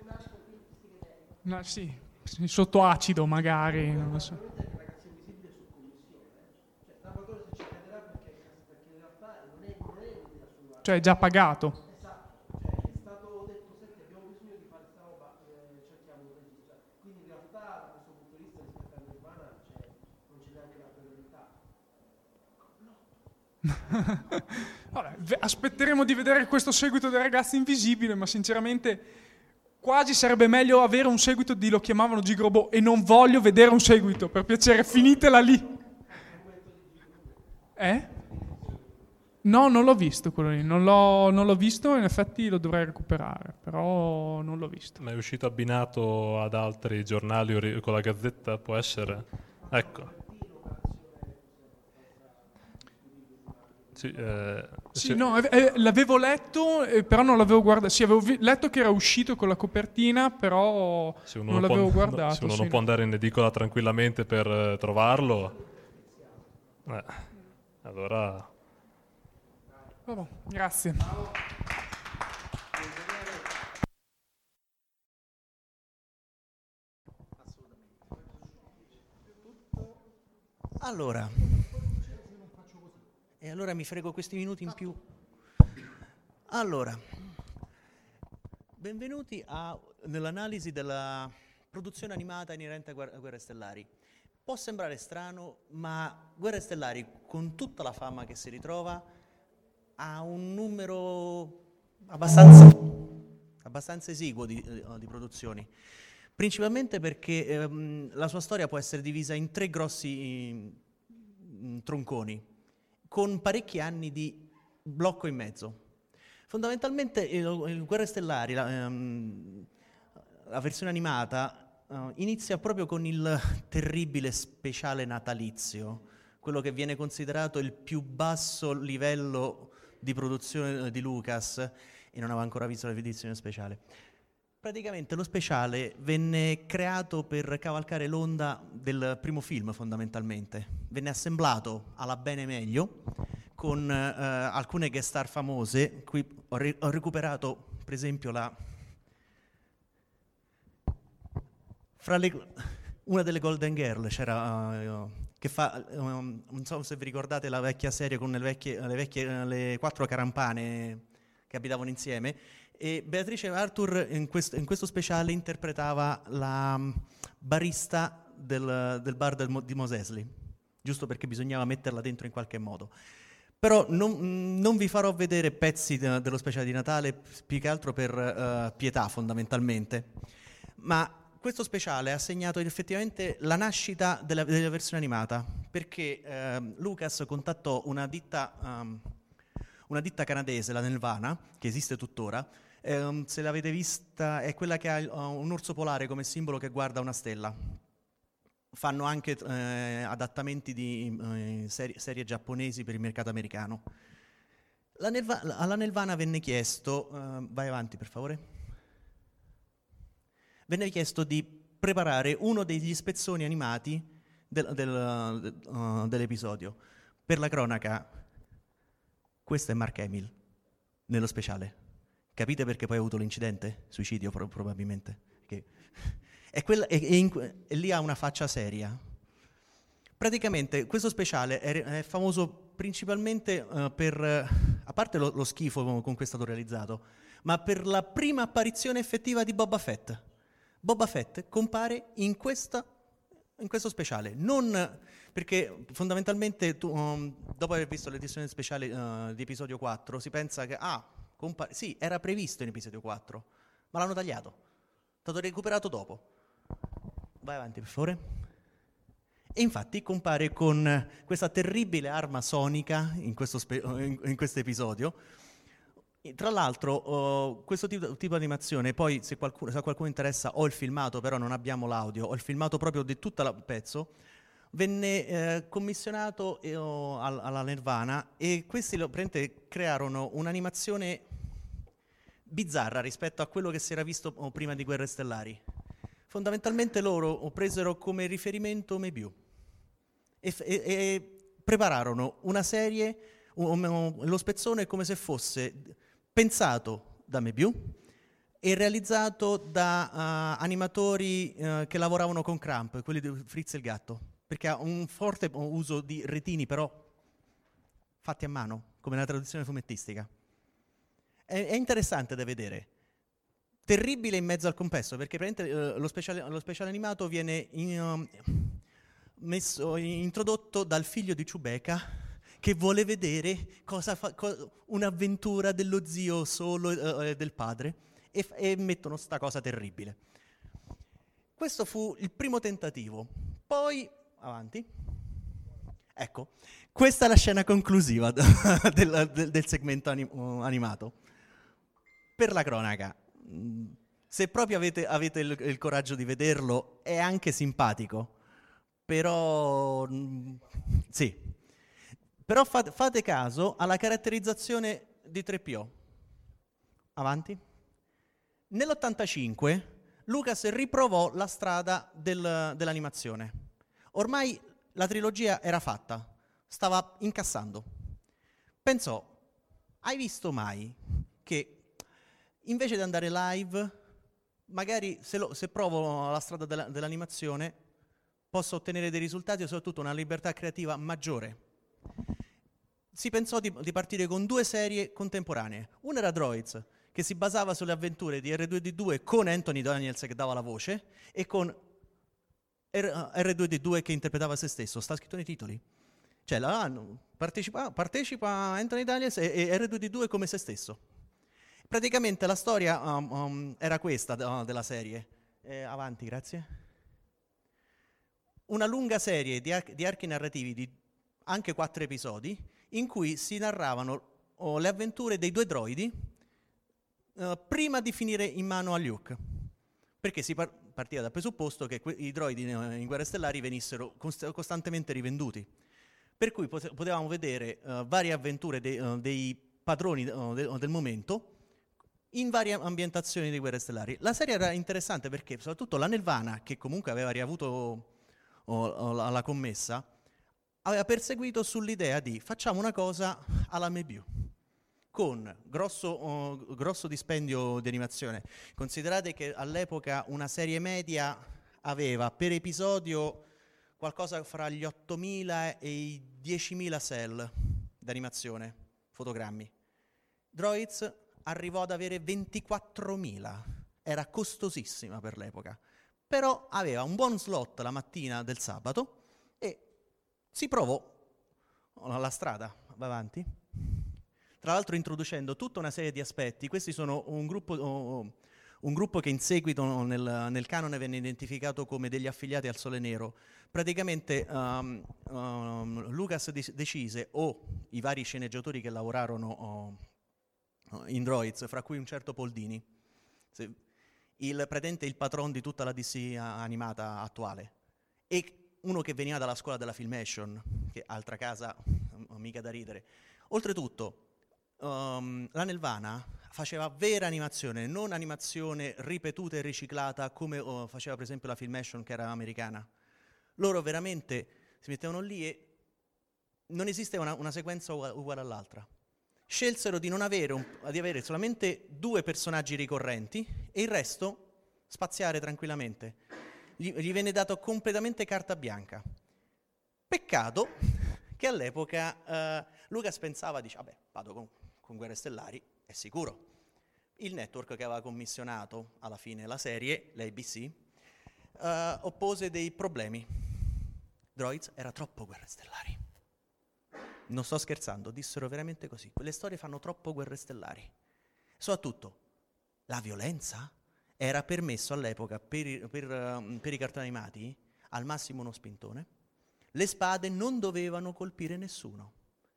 No, sì, sotto acido magari, non lo so. Ragazzi invisibili su commissione, eh? Cioè Salvatore se ci crederà perché, perché in realtà non è, non è un'idea sua. Cioè è già pagato. Esatto, cioè è stato detto, senti, abbiamo bisogno di fare sta roba, eh, cerchiamo di registrare. Quindi in realtà da questo punto di vista rispetto a Nirvana, cioè, non c'è neanche la priorità. Vabbè, aspetteremo di vedere questo seguito del Ragazzo Invisibile, ma sinceramente quasi sarebbe meglio avere un seguito di Lo chiamavano Gigrobot, e non voglio vedere un seguito, per piacere, finitela lì. Eh? No, non l'ho visto quello lì, non l'ho, non l'ho visto, in effetti lo dovrei recuperare, però non l'ho visto. Ma è uscito abbinato ad altri giornali o ri- con la Gazzetta, può essere? Ecco. Sì, eh, Sì, se- no, eh, eh, l'avevo letto, eh, però non l'avevo guardato. Sì, avevo vi- letto che era uscito con la copertina, però se uno non non l'avevo può, guardato. se uno sì. non può andare in edicola tranquillamente per eh, trovarlo, eh, allora... Vabbè, grazie. Allora, e allora mi frego questi minuti in più. Allora, benvenuti a, nell'analisi della produzione animata inerente a Guer- Guerre Stellari. Può sembrare strano, ma Guerre Stellari, con tutta la fama che si ritrova, ha un numero abbastanza, abbastanza esiguo di, di produzioni. Principalmente perché ehm, la sua storia può essere divisa in tre grossi mh, tronconi, con parecchi anni di blocco in mezzo. Fondamentalmente il, il Guerre Stellari, la, ehm, la versione animata, uh, inizia proprio con il terribile speciale natalizio, quello che viene considerato il più basso livello di produzione di Lucas, e non aveva ancora visto l'edizione speciale. Praticamente lo speciale venne creato per cavalcare l'onda del primo film, fondamentalmente. Venne assemblato alla bene meglio, con eh, alcune guest star famose. Qui ho, ri- ho recuperato, per esempio, la... Fra le... una delle Golden Girl c'era... Uh, che fa, um, non so se vi ricordate la vecchia serie con le vecchie, le, vecchie, le quattro carampane che abitavano insieme. E Beatrice Arthur in questo, in questo speciale interpretava la barista del, del bar del, di Mosesley, giusto perché bisognava metterla dentro in qualche modo. Però non, non vi farò vedere pezzi de, dello speciale di Natale, più che altro per uh, pietà fondamentalmente, ma questo speciale ha segnato effettivamente la nascita della, della versione animata, perché eh, Lucas contattò una ditta, um, una ditta canadese, la Nelvana, che esiste tuttora. Um, se l'avete vista, è quella che ha uh, un orso polare come simbolo che guarda una stella. Fanno anche eh, adattamenti di eh, serie, serie giapponesi per il mercato americano. La Nelva- alla Nelvana venne chiesto, uh, vai avanti per favore, venne chiesto di preparare uno degli spezzoni animati del, del, uh, dell'episodio. Per la cronaca, questo è Mark Hamill, nello speciale. Capite perché poi ha avuto l'incidente? Suicidio pro- probabilmente. Che è quella, è, è in, e lì ha una faccia seria. Praticamente questo speciale è, è famoso principalmente uh, per, uh, a parte lo, lo schifo con cui è stato realizzato, ma per la prima apparizione effettiva di Boba Fett. Boba Fett compare in, questa, in questo speciale, non perché fondamentalmente tu, um, dopo aver visto l'edizione speciale uh, di episodio quattro si pensa che ah, compare, sì, era previsto in episodio quattro, ma l'hanno tagliato, è stato recuperato dopo. Vai avanti per favore. E infatti compare con questa terribile arma sonica in questo, spe- in, in questo episodio. Tra l'altro, uh, questo tipo, tipo di animazione, poi se, qualcuno, se a qualcuno interessa, ho il filmato, però non abbiamo l'audio, ho il filmato proprio di tutto il pezzo, venne eh, commissionato eh, all, alla Nelvana e questi lo, crearono un'animazione bizzarra rispetto a quello che si era visto oh, prima di Guerre Stellari. Fondamentalmente loro presero come riferimento Mebiu e, e, e prepararono una serie, um, um, lo spezzone come se fosse pensato da Mebiu e realizzato da uh, animatori uh, che lavoravano con Crump, quelli di Fritz il gatto, perché ha un forte uso di retini però fatti a mano, come nella traduzione fumettistica. È, è interessante da vedere. Terribile in mezzo al complesso, perché uh, lo, speciale, lo speciale animato viene in, um, messo, introdotto dal figlio di Chewbacca, che vuole vedere cosa fa, co- un'avventura dello zio solo uh, del padre, e, f- e mettono sta cosa terribile. Questo fu il primo tentativo. Poi, avanti. Ecco, questa è la scena conclusiva del, del, del segmento anim- animato. Per la cronaca, se proprio avete, avete il, il coraggio di vederlo, è anche simpatico, però sì. Però fate, fate caso alla caratterizzazione di tre P O. Avanti. Nell'ottantacinque Lucas riprovò la strada del, dell'animazione. Ormai la trilogia era fatta, stava incassando. Pensò, hai visto mai che invece di andare live, magari se, lo, se provo la strada della, dell'animazione, posso ottenere dei risultati e soprattutto una libertà creativa maggiore. Si pensò di, di partire con due serie contemporanee. Una era Droids, che si basava sulle avventure di erre due di due con Anthony Daniels che dava la voce e con erre due di due che interpretava se stesso. Sta scritto nei titoli. Cioè, la, partecipa, partecipa Anthony Daniels e, e erre due di due come se stesso. Praticamente la storia um, um, era questa uh, della serie. Eh, avanti, grazie. Una lunga serie di, ar- di archi narrativi di anche quattro episodi in cui si narravano oh, le avventure dei due droidi uh, prima di finire in mano a Luke. Perché si par- partiva dal presupposto che que- i droidi in, in Guerre Stellari venissero cost- costantemente rivenduti. Per cui pot- potevamo vedere uh, varie avventure de- uh, dei padroni uh, de- del momento in varie ambientazioni di Guerre Stellari. La serie era interessante perché soprattutto la Nelvana, che comunque aveva riavuto oh, oh, la, la commessa, aveva perseguito sull'idea di facciamo una cosa alla Mebiu, con grosso, oh, grosso dispendio di animazione. Considerate che all'epoca una serie media aveva per episodio qualcosa fra gli ottomila e i diecimila cell di animazione, fotogrammi. Droids arrivò ad avere ventiquattromila, era costosissima per l'epoca, però aveva un buon slot la mattina del sabato e si provò alla strada, va avanti, tra l'altro introducendo tutta una serie di aspetti. Questi sono un gruppo, oh, un gruppo che in seguito nel, nel canone venne identificato come degli affiliati al Sole Nero. Praticamente um, um, Lucas de- decise, o i vari sceneggiatori che lavorarono uh, in Droids, fra cui un certo Poldini, se, il pretende il patron di tutta la D C animata attuale, e uno che veniva dalla scuola della Filmation, che altra casa mica da ridere. Oltretutto, um, la Nelvana faceva vera animazione, non animazione ripetuta e riciclata come uh, faceva per esempio la Filmation, che era americana. Loro veramente si mettevano lì e non esisteva una, una sequenza uguale, uguale all'altra. Scelsero di non avere, un, di avere solamente due personaggi ricorrenti e il resto spaziare tranquillamente. Gli, gli venne dato completamente carta bianca. Peccato che all'epoca uh, Lucas pensava, dice, vabbè, vado con, con Guerre Stellari, è sicuro. Il network che aveva commissionato alla fine la serie, l'A B C, uh, oppose dei problemi. Droids era troppo Guerre Stellari. Non sto scherzando, dissero veramente così. Quelle storie fanno troppo Guerre Stellari. Soprattutto, la violenza era permesso all'epoca per i, per, uh, per i cartoni animati al massimo uno spintone. Le spade non dovevano colpire nessuno.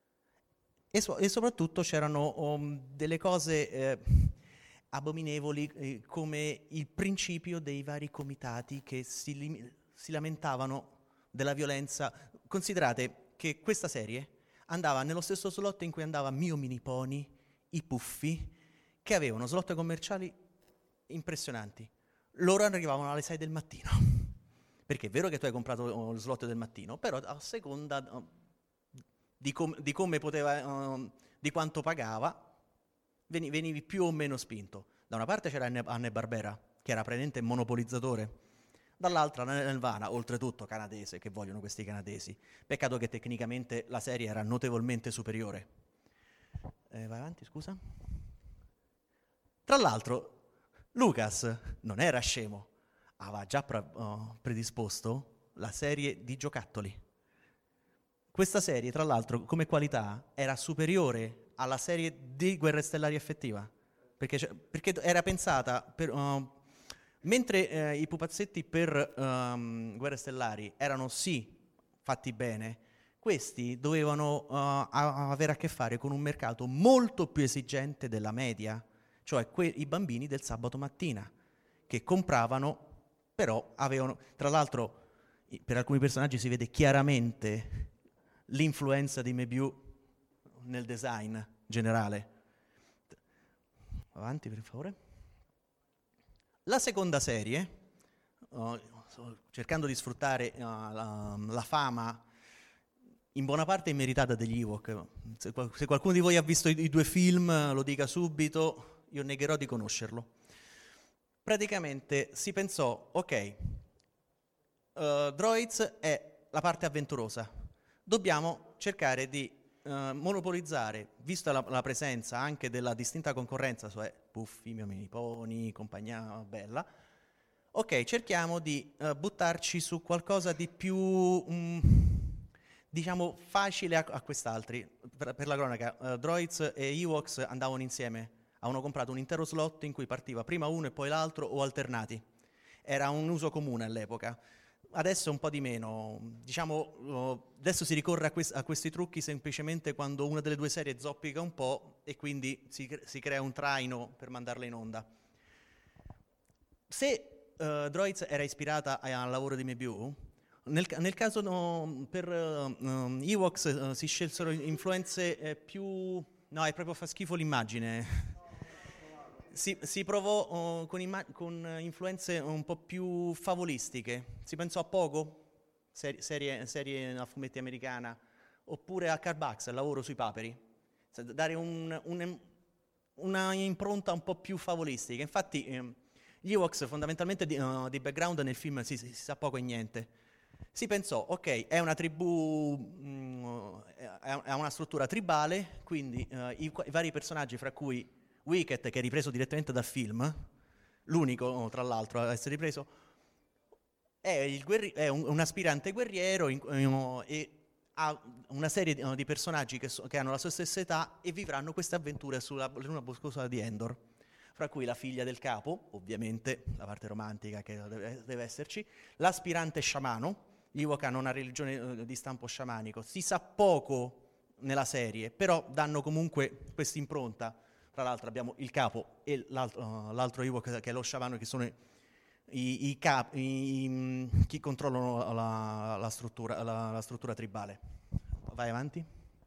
E, so, e soprattutto c'erano um, delle cose eh, abominevoli eh, come il principio dei vari comitati che si, lim- si lamentavano della violenza. Considerate che questa serie andava nello stesso slot in cui andava Mio Mini Pony, i Puffi, che avevano slot commerciali impressionanti. Loro arrivavano alle sei del mattino. Perché è vero che tu hai comprato lo slot del mattino, però a seconda uh, di, com- di come poteva, uh, di quanto pagava, veni- venivi più o meno spinto. Da una parte c'era Hanna-Barbera, che era praticamente monopolizzatore. Dall'altra la Nelvana, oltretutto canadese, che vogliono questi canadesi. Peccato che tecnicamente la serie era notevolmente superiore. Eh, vai avanti, scusa. Tra l'altro, Lucas non era scemo, aveva già pre- uh, predisposto la serie di giocattoli. Questa serie, tra l'altro, come qualità, era superiore alla serie di Guerre Stellari effettiva, perché, cioè, perché era pensata per... Uh, Mentre eh, i pupazzetti per um, Guerre Stellari erano sì fatti bene, questi dovevano uh, a- avere a che fare con un mercato molto più esigente della media, cioè que- i bambini del sabato mattina, che compravano, però avevano, tra l'altro per alcuni personaggi si vede chiaramente l'influenza di Mébius nel design generale. Avanti per favore. La seconda serie, uh, cercando di sfruttare uh, la, la fama in buona parte immeritata degli Ewok, se, se qualcuno di voi ha visto i, i due film lo dica subito, io negherò di conoscerlo. Praticamente si pensò, ok, uh, Droids è la parte avventurosa, dobbiamo cercare di Uh, monopolizzare, vista la, la presenza anche della distinta concorrenza, cioè Puffi, Mio Mini Pony, compagnia bella, ok, cerchiamo di uh, buttarci su qualcosa di più, um, diciamo, facile a, a quest'altri. Per, per la cronaca, uh, Droids e Ewoks andavano insieme, avevano comprato un intero slot in cui partiva prima uno e poi l'altro o alternati. Era un uso comune all'epoca. Adesso un po' di meno, diciamo, adesso si ricorre a, quest- a questi trucchi semplicemente quando una delle due serie zoppica un po' e quindi si, cre- si crea un traino per mandarla in onda. Se uh, Droids era ispirata al lavoro di Mébius, nel, nel caso no, per uh, Ewoks uh, si scelsero influenze eh, più... No, è proprio fa schifo l'immagine. Si, si provò uh, con, imma- con influenze un po' più favolistiche. Si pensò a Pogo, ser- serie, serie a fumetti americana, oppure a Karl Barks, al lavoro sui paperi. Dare un, un, una impronta un po' più favolistica. Infatti eh, gli Ewoks fondamentalmente di, uh, di background nel film si, si, si sa poco e niente. Si pensò, ok, è una tribù, mh, è una struttura tribale, quindi uh, i, i vari personaggi, fra cui Wicket, che è ripreso direttamente dal film, l'unico tra l'altro a essere ripreso, è, il guerri- è un, un aspirante guerriero in, in, e ha una serie di, di personaggi che, so, che hanno la sua stessa età e vivranno queste avventure sulla luna boscosa di Endor. fra cui la figlia del capo, ovviamente, la parte romantica che deve, deve esserci, l'aspirante sciamano. Gli Ewok hanno una religione eh, di stampo sciamanico. Si sa poco nella serie, però danno comunque questa impronta. Tra l'altro abbiamo il capo e l'altro, uh, l'altro Ewok che è lo sciamano, che sono i, i capi, i, chi controllano la, la, struttura, la, la struttura tribale. Vai avanti.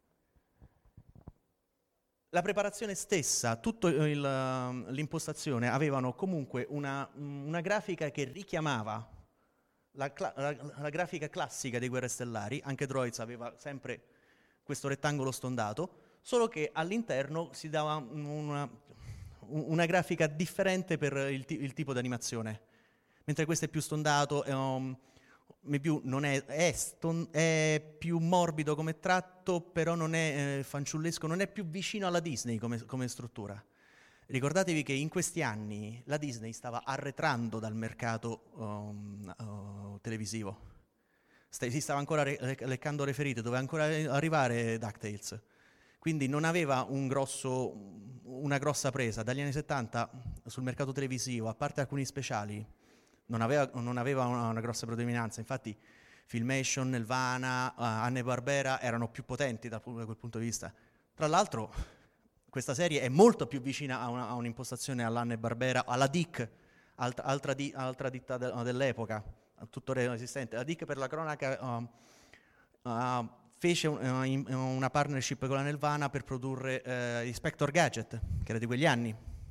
La preparazione stessa, tutta l'impostazione, avevano comunque una, una grafica che richiamava la, la, la grafica classica dei Guerre Stellari. Anche Droids aveva sempre questo rettangolo stondato, solo che all'interno si dava una, una grafica differente per il, il tipo di animazione. Mentre questo è più stondato, è, um, più non è, è, ston, è più morbido come tratto, però non è eh, fanciullesco, non è più vicino alla Disney come, come struttura. Ricordatevi che in questi anni la Disney stava arretrando dal mercato um, uh, televisivo. St- si stava ancora re- leccando le ferite, doveva ancora arrivare DuckTales. Quindi non aveva un grosso, una grossa presa. Dagli anni settanta sul mercato televisivo, a parte alcuni speciali, non aveva, non aveva una, una grossa predominanza. Infatti Filmation, Nelvana, uh, Hanna-Barbera erano più potenti da, da quel punto di vista. Tra l'altro questa serie è molto più vicina a, una, a un'impostazione all'Hanna-Barbera, alla D I C, alt, altra, di, altra ditta de, dell'epoca, tuttora esistente. La D I C, per la cronaca, uh, uh, fece un, uh, in, una partnership con la Nelvana per produrre uh, Inspector Gadget, che era di quegli anni.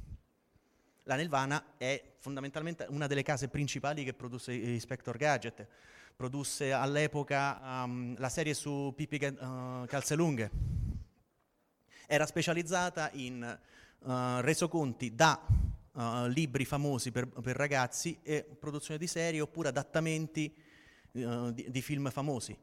La Nelvana è fondamentalmente una delle case principali che produsse Inspector Gadget. Produsse all'epoca um, la serie su Pippi uh, Calzelunghe. Era specializzata in uh, resoconti da uh, libri famosi per, per ragazzi e produzione di serie, oppure adattamenti uh, di, di film famosi.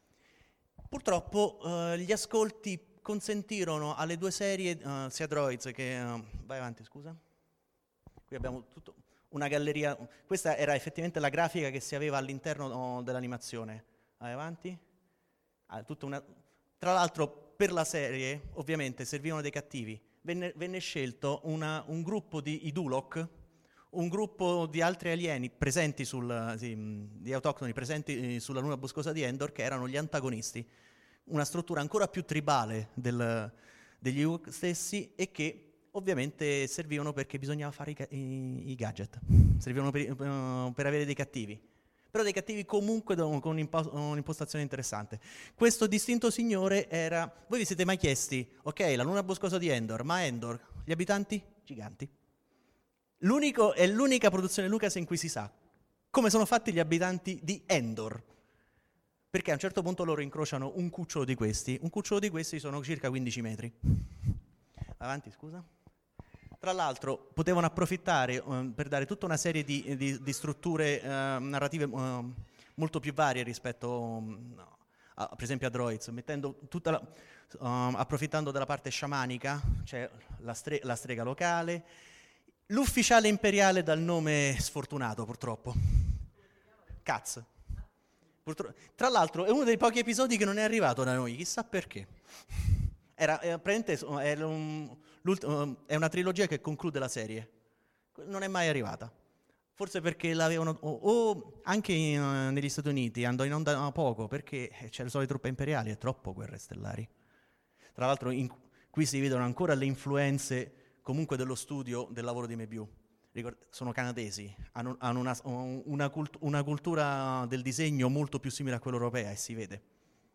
Purtroppo uh, gli ascolti consentirono alle due serie, uh, sia Droids che... Uh, vai avanti, scusa. Qui abbiamo tutto, una galleria. Questa era effettivamente la grafica che si aveva all'interno oh, dell'animazione. Vai avanti. Ah, tutta una... Tra l'altro, per la serie, ovviamente, servivano dei cattivi. Venne, venne scelto una, un gruppo di i Duloc, un gruppo di altri alieni presenti sul, sì, di autoctoni presenti sulla luna boscosa di Endor, che erano gli antagonisti. Una struttura ancora più tribale del, degli Ewok stessi, e che ovviamente servivano perché bisognava fare i, i, i gadget, servivano per, uh, per avere dei cattivi. Però dei cattivi comunque con un'impostazione interessante. Questo distinto signore era... Voi vi siete mai chiesti, ok, la luna boscosa di Endor, ma Endor, gli abitanti? Giganti. L'unico, è l'unica produzione Lucas in cui si sa come sono fatti gli abitanti di Endor. Perché a un certo punto loro incrociano un cucciolo di questi. Un cucciolo di questi sono circa quindici metri. Avanti, scusa. Tra l'altro potevano approfittare um, per dare tutta una serie di, di, di strutture uh, narrative uh, molto più varie rispetto um, a, per esempio a Droids, mettendo tutta la, um, approfittando della parte sciamanica, cioè la, stre- la strega locale, l'ufficiale imperiale dal nome sfortunato purtroppo, Katz. Purtro- Tra l'altro è uno dei pochi episodi che non è arrivato da noi, chissà perché. Era, era, era un, è una trilogia che conclude la serie, non è mai arrivata, forse perché l'avevano, o, o anche in, uh, negli Stati Uniti andò in onda poco perché c'erano le truppe imperiali, è troppo Guerre Stellari. Tra l'altro in, qui si vedono ancora le influenze comunque dello studio del lavoro di Mebius. Ricord- sono canadesi, hanno, hanno una, una, cult- una cultura del disegno molto più simile a quella europea, e si vede.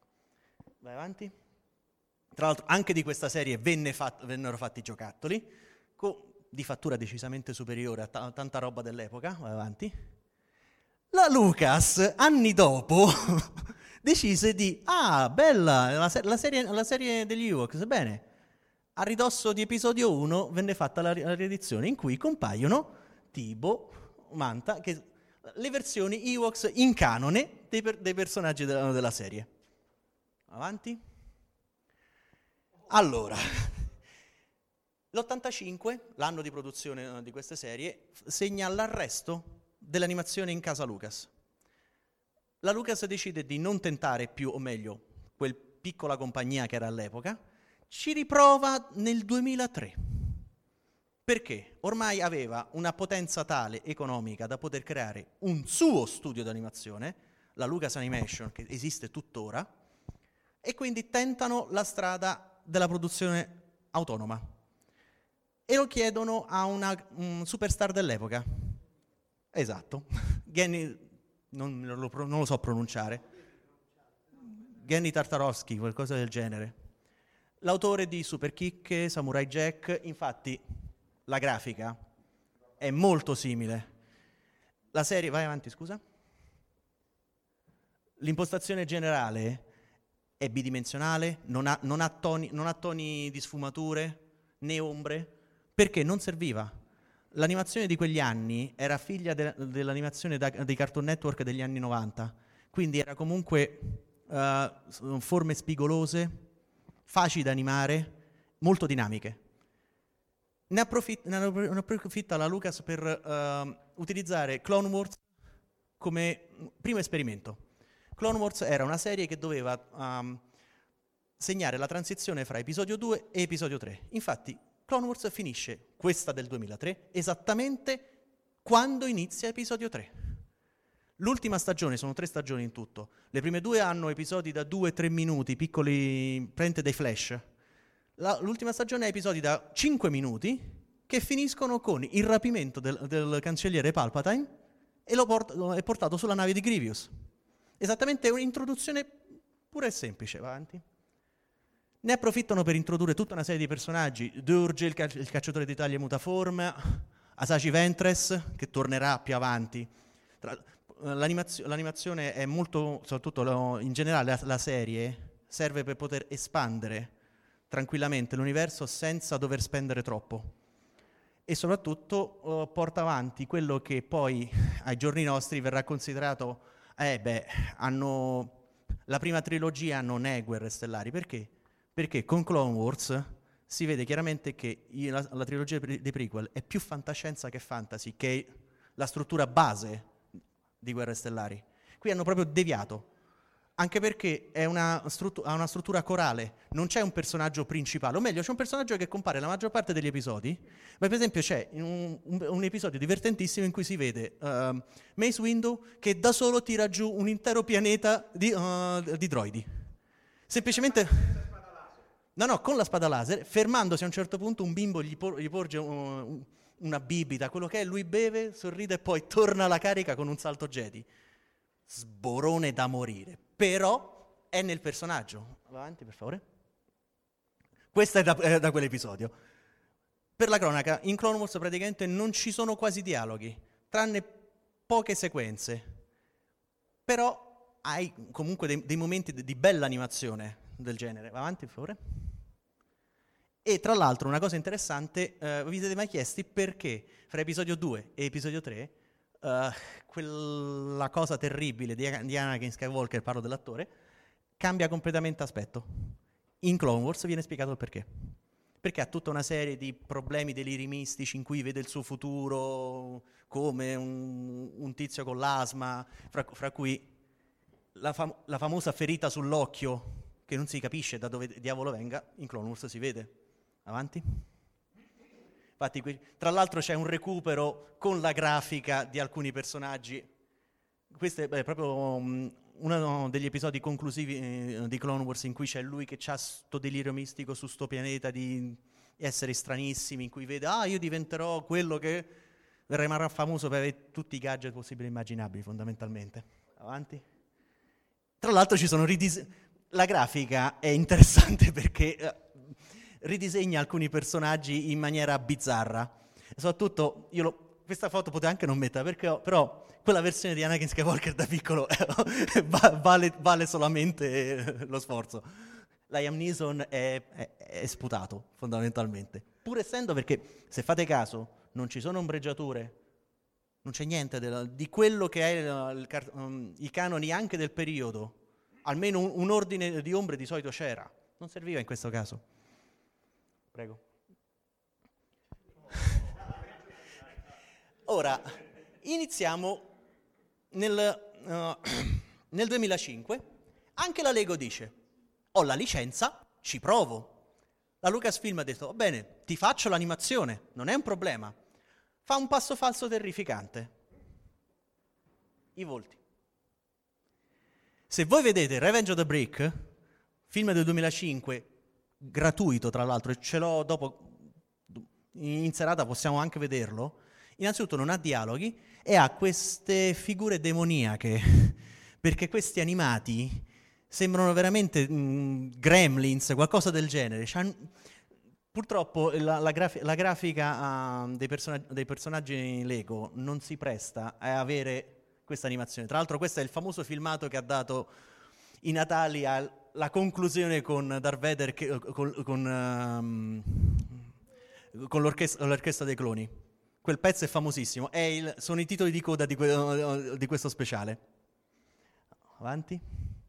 Vai avanti. Tra l'altro anche di questa serie venne fat- vennero fatti giocattoli, co- di fattura decisamente superiore a t- tanta roba dell'epoca. Vai avanti. La Lucas, anni dopo, decise di, ah, bella, la, se- la, serie, la serie degli Ewoks, bene. A ridosso di episodio uno venne fatta la, ri- la riedizione in cui compaiono Tibo, Manta, che, le versioni Ewoks in canone dei, per- dei personaggi della, della serie. Avanti. Allora, l'ottantacinque, l'anno di produzione di queste serie, segna l'arresto dell'animazione in casa Lucas. La Lucas decide di non tentare più, o meglio, quel piccola compagnia che era all'epoca, ci riprova nel duemilatré. Perché ormai aveva una potenza tale economica da poter creare un suo studio di animazione, la Lucas Animation, che esiste tuttora, e quindi tentano la strada della produzione autonoma e lo chiedono a una un superstar dell'epoca. Esatto, Genndy, non, non, lo, non lo so pronunciare, Genndy Tartakovsky, qualcosa del genere, l'autore di Super Kick, Samurai Jack. Infatti la grafica è molto simile. La serie, vai avanti, scusa. L'impostazione generale è bidimensionale, non ha, non ha, toni, non ha toni di sfumature né ombre, perché non serviva. L'animazione di quegli anni era figlia de, dell'animazione da, dei Cartoon Network degli anni novanta, quindi era comunque uh, forme spigolose, facili da animare, molto dinamiche. Ne approfitta, ne approfitta la Lucas per uh, utilizzare Clone Wars come primo esperimento. Clone Wars era una serie che doveva um, segnare la transizione fra episodio due e episodio tre. Infatti Clone Wars finisce, questa del duemilatré, esattamente quando inizia episodio tre. L'ultima stagione, sono tre stagioni in tutto, le prime due hanno episodi da due tre minuti, piccoli, prende dei flash. La, l'ultima stagione ha episodi da cinque minuti che finiscono con il rapimento del, del cancelliere Palpatine e lo port- è portato sulla nave di Grievous. Esattamente un'introduzione pura e semplice, va avanti. Ne approfittano per introdurre tutta una serie di personaggi, Durge, il, cal- il cacciatore di taglie mutaforma, Asashi Ventress, che tornerà più avanti. Tra, l'animazio- l'animazione è molto, soprattutto lo, in generale la, la serie, serve per poter espandere tranquillamente l'universo senza dover spendere troppo. E soprattutto uh, porta avanti quello che poi ai giorni nostri verrà considerato, eh beh, hanno, la prima trilogia non è Guerre Stellari, perché? Perché con Clone Wars si vede chiaramente che la, la trilogia dei prequel è più fantascienza che fantasy, che è la struttura base di Guerre Stellari. Qui hanno proprio deviato, anche perché è una struttu- ha una struttura corale, non c'è un personaggio principale, o meglio c'è un personaggio che compare la maggior parte degli episodi, ma per esempio c'è un, un, un episodio divertentissimo in cui si vede uh, Mace Windu che da solo tira giù un intero pianeta di, uh, di droidi. Semplicemente... No, no, con la spada laser, fermandosi a un certo punto un bimbo gli, por- gli porge un, una bibita, quello che è, lui beve, sorride e poi torna alla carica con un salto Jedi. Sborone da morire, però è nel personaggio. Avanti, per favore. Questo è da, è da quell'episodio. Per la cronaca, in Clone Wars praticamente non ci sono quasi dialoghi, tranne poche sequenze. Però hai comunque dei, dei momenti di bella animazione del genere. Va avanti, per favore. E tra l'altro una cosa interessante, eh, vi siete mai chiesti perché fra episodio due e episodio tre uh, quella cosa terribile di, di Anakin Skywalker, parlo dell'attore, cambia completamente aspetto. In Clone Wars viene spiegato il perché. Perché ha tutta una serie di problemi, deliri mistici in cui vede il suo futuro come un, un tizio con l'asma, fra, fra cui la, fam- la famosa ferita sull'occhio che non si capisce da dove diavolo venga, in Clone Wars si vede. Avanti. Infatti, qui, tra l'altro c'è un recupero con la grafica di alcuni personaggi. Questo è beh, proprio um, uno degli episodi conclusivi eh, di Clone Wars in cui c'è lui che ha sto delirio mistico su sto pianeta di esseri stranissimi, in cui vede, ah, io diventerò quello che rimarrà famoso per avere tutti i gadget possibili e immaginabili, fondamentalmente. Avanti. Tra l'altro ci sono ridis- la grafica è interessante perché eh, ridisegna alcuni personaggi in maniera bizzarra. Soprattutto, io lo, questa foto potete anche non metterla, perché ho, però quella versione di Anakin Skywalker da piccolo vale, vale solamente lo sforzo. Liam Neeson è, è, è sputato, fondamentalmente. Pur essendo, perché se fate caso, non ci sono ombreggiature, non c'è niente del, di quello che è il, il, um, i canoni anche del periodo. Almeno un, un ordine di ombre di solito c'era. Non serviva in questo caso. Prego. Ora, iniziamo nel, uh, nel duemilacinque. Anche la Lego dice, ho la licenza, ci provo. La Lucasfilm ha detto, va bene, ti faccio l'animazione, non è un problema. Fa un passo falso terrificante. I volti. Se voi vedete Revenge of the Brick, film del duemilacinque, gratuito tra l'altro, e ce l'ho dopo, in serata possiamo anche vederlo, innanzitutto non ha dialoghi e ha queste figure demoniache, perché questi animati sembrano veramente mh, gremlins, qualcosa del genere. C'han, purtroppo la, la, graf- la grafica uh, dei, person- dei personaggi Lego non si presta a avere questa animazione. Tra l'altro questo è il famoso filmato che ha dato i Natali alla conclusione con Darth Vader, che, con, con, um, con l'orchestra, l'orchestra dei cloni. Quel pezzo è famosissimo, è il, sono i titoli di coda di, que- di questo speciale. Avanti.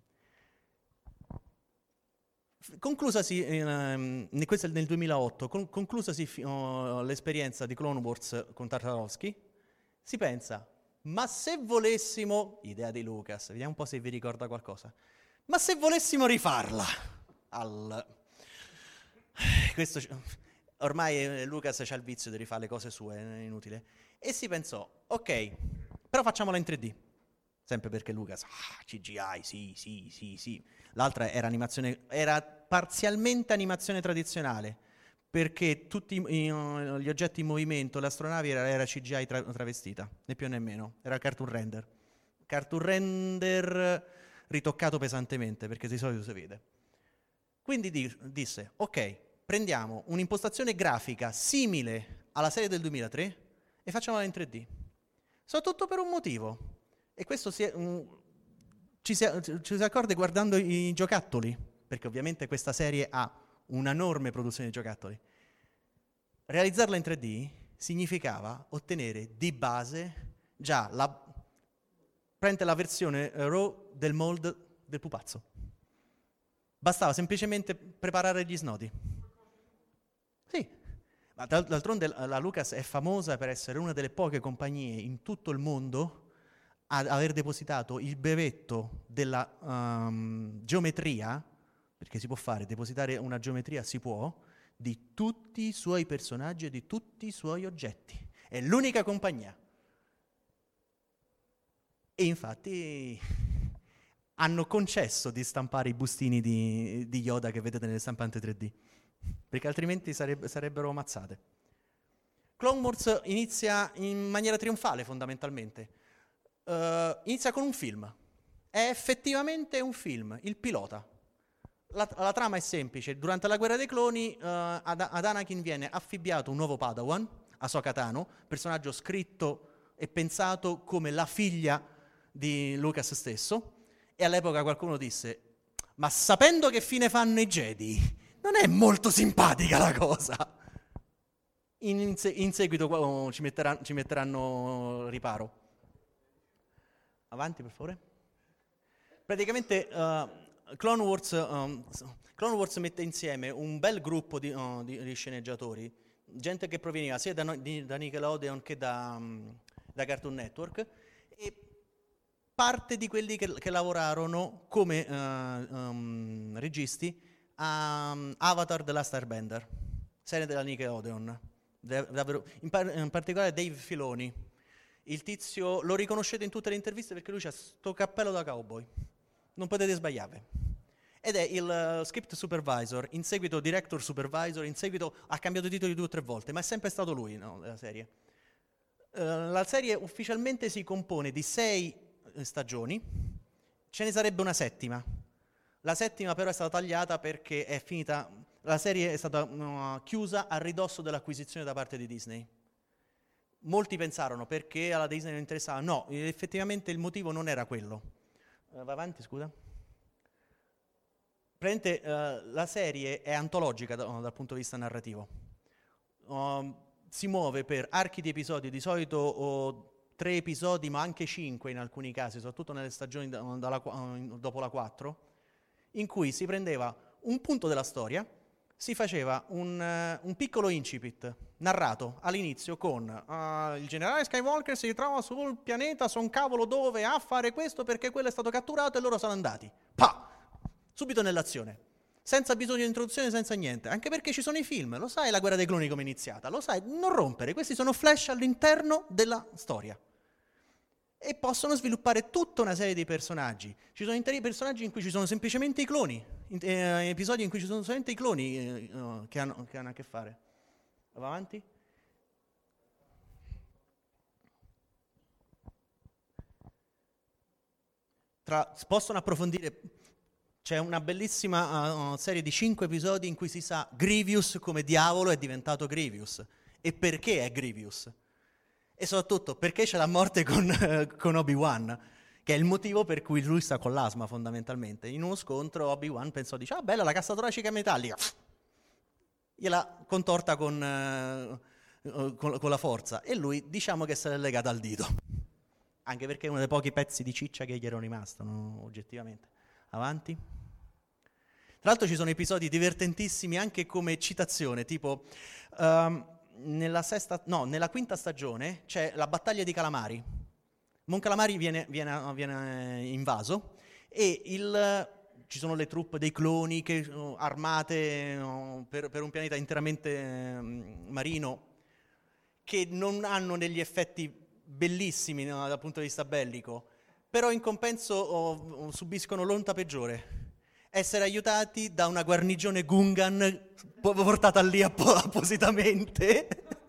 Conclusasi, um, questo è nel duemilaotto, con, conclusasi uh, l'esperienza di Clone Wars con Tartarovsky, si pensa, ma se volessimo, idea di Lucas, vediamo un po' se vi ricorda qualcosa, ma se volessimo rifarla, al... Questo, ormai Lucas c'ha il vizio di rifare le cose sue, è inutile, e si pensò, ok, però facciamola in tre D, sempre perché Lucas, ah, C G I, sì, sì, sì, sì, l'altra era animazione, era parzialmente animazione tradizionale, perché tutti i, gli oggetti in movimento, le astronavi, era, era C G I tra, travestita, né più né meno, era cartoon render. Cartoon render ritoccato pesantemente, perché di solito si vede. Quindi di, disse, ok, prendiamo un'impostazione grafica simile alla serie del duemilatré e facciamola in tre D. Soprattutto per un motivo, e questo si è, um, ci, si, ci si accorge guardando i giocattoli, perché ovviamente questa serie ha un'enorme produzione di giocattoli. Realizzarla in tre D significava ottenere di base già la, prende la versione raw del mold del pupazzo. Bastava semplicemente preparare gli snodi. Sì, ma d'altronde la Lucas è famosa per essere una delle poche compagnie in tutto il mondo ad aver depositato il brevetto della um, geometria, perché si può fare, depositare una geometria si può, di tutti i suoi personaggi e di tutti i suoi oggetti. È l'unica compagnia. E infatti hanno concesso di stampare i bustini di, di Yoda che vedete nelle stampanti tre D, perché altrimenti sareb- sarebbero mazzate. Clone Wars inizia in maniera trionfale, fondamentalmente. Uh, inizia con un film. È effettivamente un film, il pilota. La, la trama è semplice. Durante la guerra dei cloni uh, ad, ad Anakin viene affibbiato un nuovo Padawan, Ahsoka Tano, personaggio scritto e pensato come la figlia di Lucas stesso, e all'epoca qualcuno disse, ma sapendo che fine fanno i Jedi, non è molto simpatica la cosa. In, in, se, in seguito oh, ci, metteranno, ci metteranno riparo. Avanti per favore. Praticamente uh, Clone Wars, um, Clone Wars mette insieme un bel gruppo di, uh, di, di sceneggiatori, gente che proveniva sia da, di, da Nickelodeon che da, um, da Cartoon Network, e parte di quelli che, che lavorarono come uh, um, registi a um, Avatar The Last Airbender, serie della Nickelodeon, de, davvero, in, par- in particolare Dave Filoni. Il tizio lo riconoscete in tutte le interviste perché lui ha sto cappello da cowboy, non potete sbagliare. Ed è il uh, script supervisor, in seguito director supervisor, in seguito ha cambiato i titoli due o tre volte, ma è sempre stato lui, no, la serie. Uh, la serie ufficialmente si compone di sei uh, stagioni, ce ne sarebbe una settima. La settima però è stata tagliata perché è finita, la serie è stata uh, chiusa a ridosso dell'acquisizione da parte di Disney. Molti pensarono perché alla Disney non interessava, no, effettivamente il motivo non era quello. Uh, va avanti, scusa. Praticamente uh, la serie è antologica da, dal punto di vista narrativo. Uh, si muove per archi di episodi, di solito uh, tre episodi, ma anche cinque in alcuni casi, soprattutto nelle stagioni da, dalla, uh, dopo la quattro, in cui si prendeva un punto della storia, si faceva un, uh, un piccolo incipit narrato all'inizio con uh, il generale Skywalker si ritrova sul pianeta, son cavolo dove, a fare questo perché quello è stato catturato e loro sono andati. Pa! Subito nell'azione. senza bisogno di introduzione, senza niente, anche perché ci sono i film, lo sai la guerra dei cloni come è iniziata, lo sai, non rompere, questi sono flash all'interno della storia. E possono sviluppare tutta una serie di personaggi. Ci sono interi personaggi in cui ci sono semplicemente i cloni, in, eh, episodi in cui ci sono solamente i cloni eh, uh, che, hanno, che hanno a che fare. Va avanti? Tra, possono approfondire, c'è una bellissima uh, serie di cinque episodi in cui si sa Grievous come diavolo è diventato Grievous e perché è Grievous. E soprattutto perché c'è la morte con, eh, con Obi-Wan, che è il motivo per cui lui sta con l'asma fondamentalmente. In uno scontro Obi-Wan pensò, dice, ah bella la cassa toracica metallica, gliela contorta con, eh, con, con la forza, e lui diciamo che se l'è legata al dito, anche perché è uno dei pochi pezzi di ciccia che gli erano rimasti, no? Oggettivamente. Avanti. Tra l'altro ci sono episodi divertentissimi anche come citazione, tipo... Um, Nella, sesta, no, nella quinta stagione c'è la battaglia di Calamari. Mon Calamari viene, viene, viene invaso e il, ci sono le truppe dei cloni che, uh, armate uh, per, per un pianeta interamente uh, marino, che non hanno degli effetti bellissimi, no, dal punto di vista bellico, però in compenso uh, subiscono l'onta peggiore. Essere aiutati da una guarnigione Gungan portata lì app- appositamente.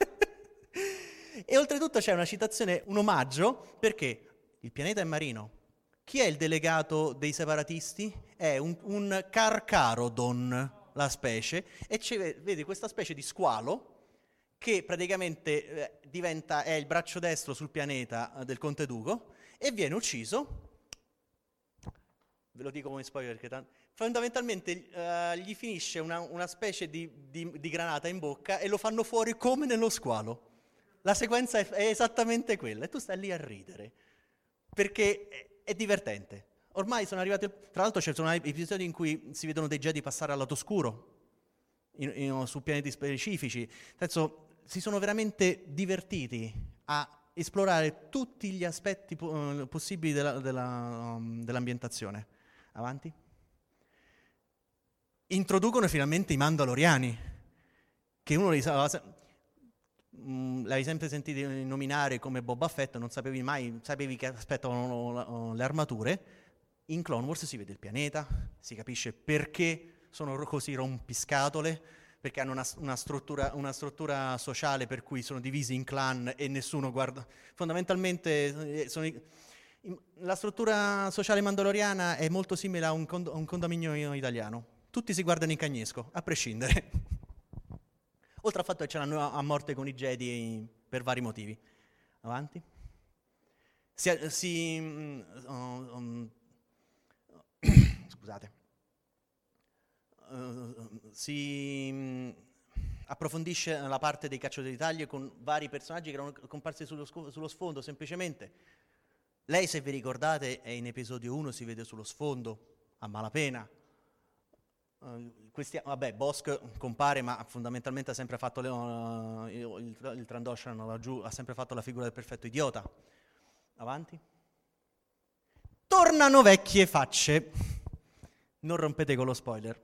E oltretutto c'è una citazione, un omaggio, perché il pianeta è marino. Chi è il delegato dei separatisti? È un, un Carcharodon, la specie, e c'è, vedi questa specie di squalo che praticamente eh, diventa, è il braccio destro sul pianeta eh, del Conte Duco e viene ucciso. Ve lo dico come spoiler perché tanto... Fondamentalmente uh, gli finisce una, una specie di, di, di granata in bocca e lo fanno fuori come nello squalo. La sequenza è, è esattamente quella e tu stai lì a ridere perché è, è divertente. Ormai sono arrivati, tra l'altro ci sono episodi in cui si vedono dei Jedi passare al lato oscuro in, in, su pianeti specifici. Penso, si sono veramente divertiti a esplorare tutti gli aspetti po- possibili della, della, um, dell'ambientazione. Avanti. Introducono finalmente i Mandaloriani, che uno li sa, mh, l'avevi sempre sentito nominare come Boba Fett, non sapevi mai, sapevi che aspettavano le armature. In Clone Wars si vede il pianeta, si capisce perché sono così rompiscatole, perché hanno una, una, struttura, una struttura sociale per cui sono divisi in clan e nessuno guarda. Fondamentalmente sono i, la struttura sociale mandaloriana è molto simile a un, cond- a un condominio italiano. Tutti si guardano in cagnesco, a prescindere. Oltre al fatto che c'erano a morte con i Jedi per vari motivi. Avanti. Si, si um, um, scusate. Uh, si um, approfondisce la parte dei cacciatori d'Italia con vari personaggi che erano comparsi sullo, sullo sfondo, semplicemente. Lei, se vi ricordate, è in episodio uno, si vede sullo sfondo, a malapena. Uh, questi, vabbè, Bosk compare, ma fondamentalmente ha sempre fatto le, uh, il, il, il Trandoshan laggiù, ha sempre fatto la figura del perfetto idiota. Avanti. Tornano vecchie facce. Non rompete con lo spoiler.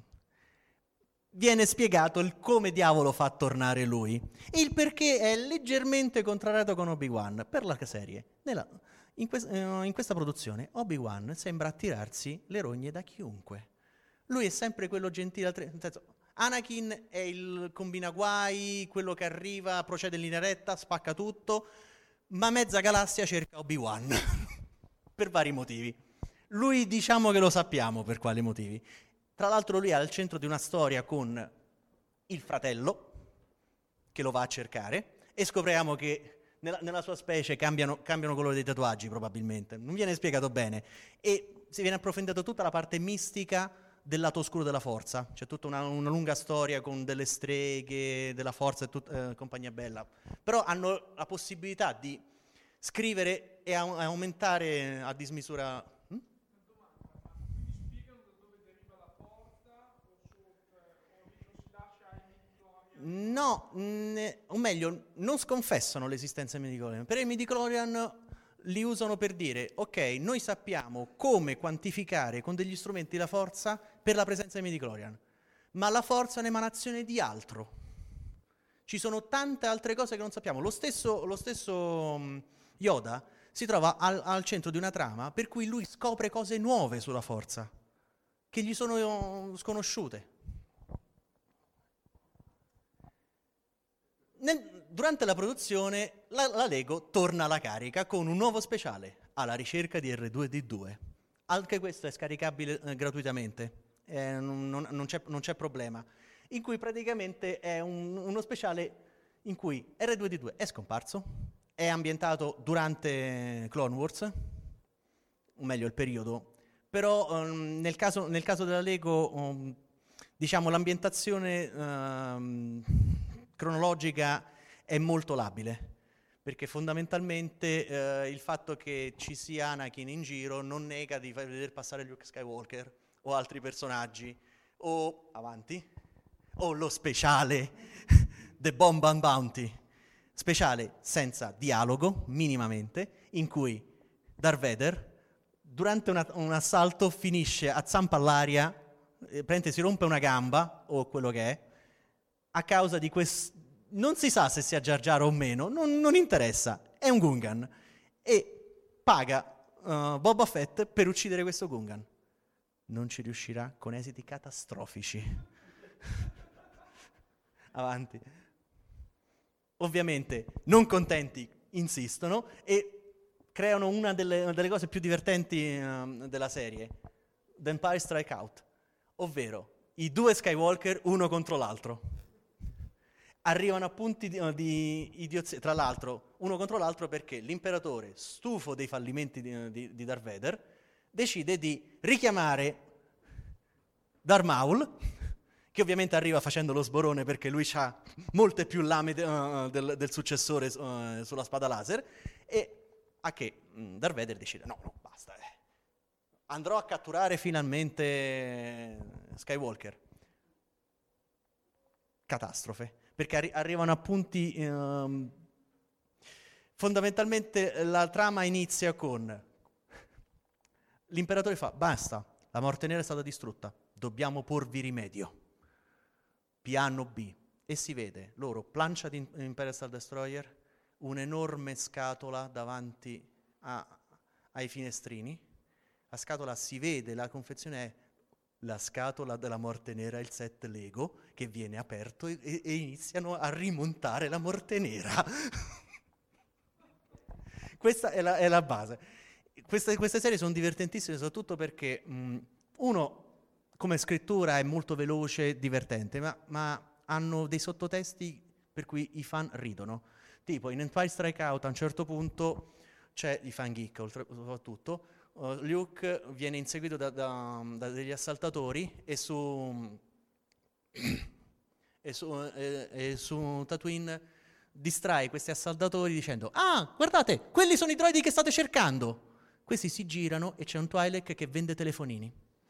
Viene spiegato il come diavolo fa tornare lui. Il perché è leggermente contrariato con Obi-Wan per la serie. Nella, in, que- in questa produzione Obi-Wan sembra attirarsi le rogne da chiunque. Lui è sempre quello gentile, nel senso, Anakin è il combinaguai, quello che arriva, procede in linea retta, spacca tutto, ma mezza galassia cerca Obi-Wan, per vari motivi. Lui diciamo che lo sappiamo per quali motivi. Tra l'altro lui è al centro di una storia con il fratello, che lo va a cercare, e scopriamo che nella, nella sua specie cambiano, cambiano colore dei tatuaggi probabilmente, non viene spiegato bene, e si viene approfondita tutta la parte mistica del lato oscuro della forza. C'è tutta una, una lunga storia con delle streghe della forza e tut, eh, compagnia bella. Però hanno la possibilità di scrivere e a, a aumentare a dismisura. Hm? Quindi spiegano da dove deriva la forza o, solo, o non si lascia ai midichlorian? No, mh, o meglio, non sconfessano l'esistenza dei midichlorian. Per i midichlorian li usano per dire, ok, noi sappiamo come quantificare con degli strumenti la forza per la presenza di midichlorian, ma la forza è un'emanazione di altro. Ci sono tante altre cose che non sappiamo. Lo stesso, lo stesso um, Yoda si trova al, al centro di una trama per cui lui scopre cose nuove sulla forza, che gli sono uh, sconosciute. Nel, durante la produzione la, la Lego torna alla carica con un nuovo speciale, alla ricerca di erre due D due. Anche questo è scaricabile eh, gratuitamente, eh, non, non, non, c'è, non c'è problema, in cui praticamente è un, uno speciale in cui erre due D due è scomparso, è ambientato durante Clone Wars, o meglio il periodo, però um, nel, caso, nel caso della Lego um, diciamo l'ambientazione um, cronologica è molto labile, perché fondamentalmente eh, il fatto che ci sia Anakin in giro non nega di far vedere passare Luke Skywalker o altri personaggi, o avanti, o lo speciale The Bomb and Bounty, speciale senza dialogo minimamente, in cui Darth Vader durante una, un assalto finisce a zampa all'aria, eh, praticamente si rompe una gamba o quello che è, a causa di questo, non si sa se sia Jar Jar o meno, non, non interessa, è un Gungan, e paga uh, Boba Fett per uccidere questo Gungan. Non ci riuscirà con esiti catastrofici. Avanti. Ovviamente, non contenti, insistono e creano una delle, una delle cose più divertenti uh, della serie, The Empire Strike Out, ovvero i due Skywalker uno contro l'altro. Arrivano a punti di, di idiozia, tra l'altro, uno contro l'altro perché l'imperatore, stufo dei fallimenti di, di, di Darth Vader, decide di richiamare Darth Maul, che ovviamente arriva facendo lo sborone perché lui ha molte più lame de, uh, del, del successore uh, sulla spada laser, e a che um, Darth Vader decide, no, no, basta, eh. andrò a catturare finalmente Skywalker. Catastrofe. Perché arri- arrivano a punti... Um, fondamentalmente la trama inizia con... L'imperatore fa, basta, la morte nera è stata distrutta, dobbiamo porvi rimedio. Piano B. E si vede, loro, plancia di Imperial Star Destroyer, un'enorme scatola davanti a, ai finestrini. La scatola si vede, la confezione è... La scatola della morte nera, il set Lego, che viene aperto e, e iniziano a rimontare la morte nera. Questa è la, è la base. Queste, queste serie sono divertentissime, soprattutto perché, mh, uno, come scrittura è molto veloce e divertente, ma, ma hanno dei sottotesti per cui i fan ridono. Tipo, in Empire Strike Out, a un certo punto, c'è i fan geek, oltre, soprattutto, Uh, Luke viene inseguito da, da, da degli assaltatori e su, e, su, e, e su Tatooine distrae questi assaltatori dicendo ah, guardate, quelli sono i droidi che state cercando. Questi si girano e c'è un Twi'lek che vende telefonini.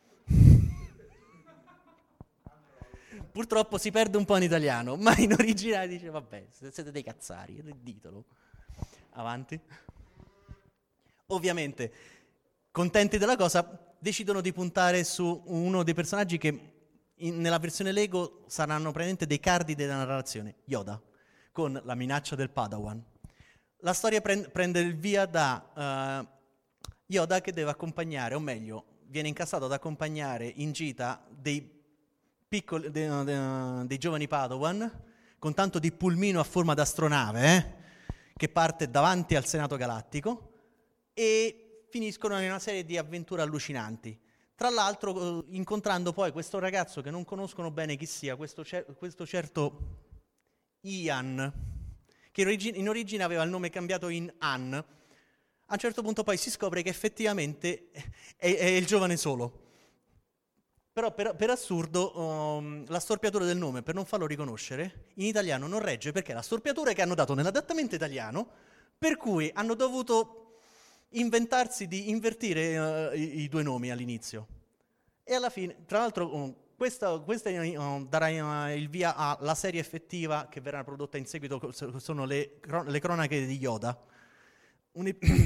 Purtroppo si perde un po' in italiano, ma in originale dice vabbè, siete dei cazzari, ditelo. Avanti. Ovviamente contenti della cosa, decidono di puntare su uno dei personaggi che in, nella versione Lego saranno praticamente dei cardi della narrazione, Yoda, con la minaccia del Padawan. La storia prend, prende il via da uh, Yoda che deve accompagnare, o meglio, viene incassato ad accompagnare in gita dei, piccoli, de, de, dei giovani Padawan, con tanto di pulmino a forma d'astronave, eh, che parte davanti al Senato Galattico, e finiscono in una serie di avventure allucinanti. Tra l'altro, eh, incontrando poi questo ragazzo che non conoscono bene chi sia, questo, cer- questo certo Ian, che in origine, in origine aveva il nome cambiato in Han. A un certo punto poi si scopre che effettivamente è, è il giovane Solo. Però per, per assurdo um, la storpiatura del nome, per non farlo riconoscere, in italiano non regge perché è la storpiatura che hanno dato nell'adattamento italiano, per cui hanno dovuto inventarsi di invertire uh, i, i due nomi all'inizio. E alla fine, tra l'altro, um, questa, questa uh, darà uh, il via alla serie effettiva che verrà prodotta in seguito, sono le, le cronache di Yoda. Un,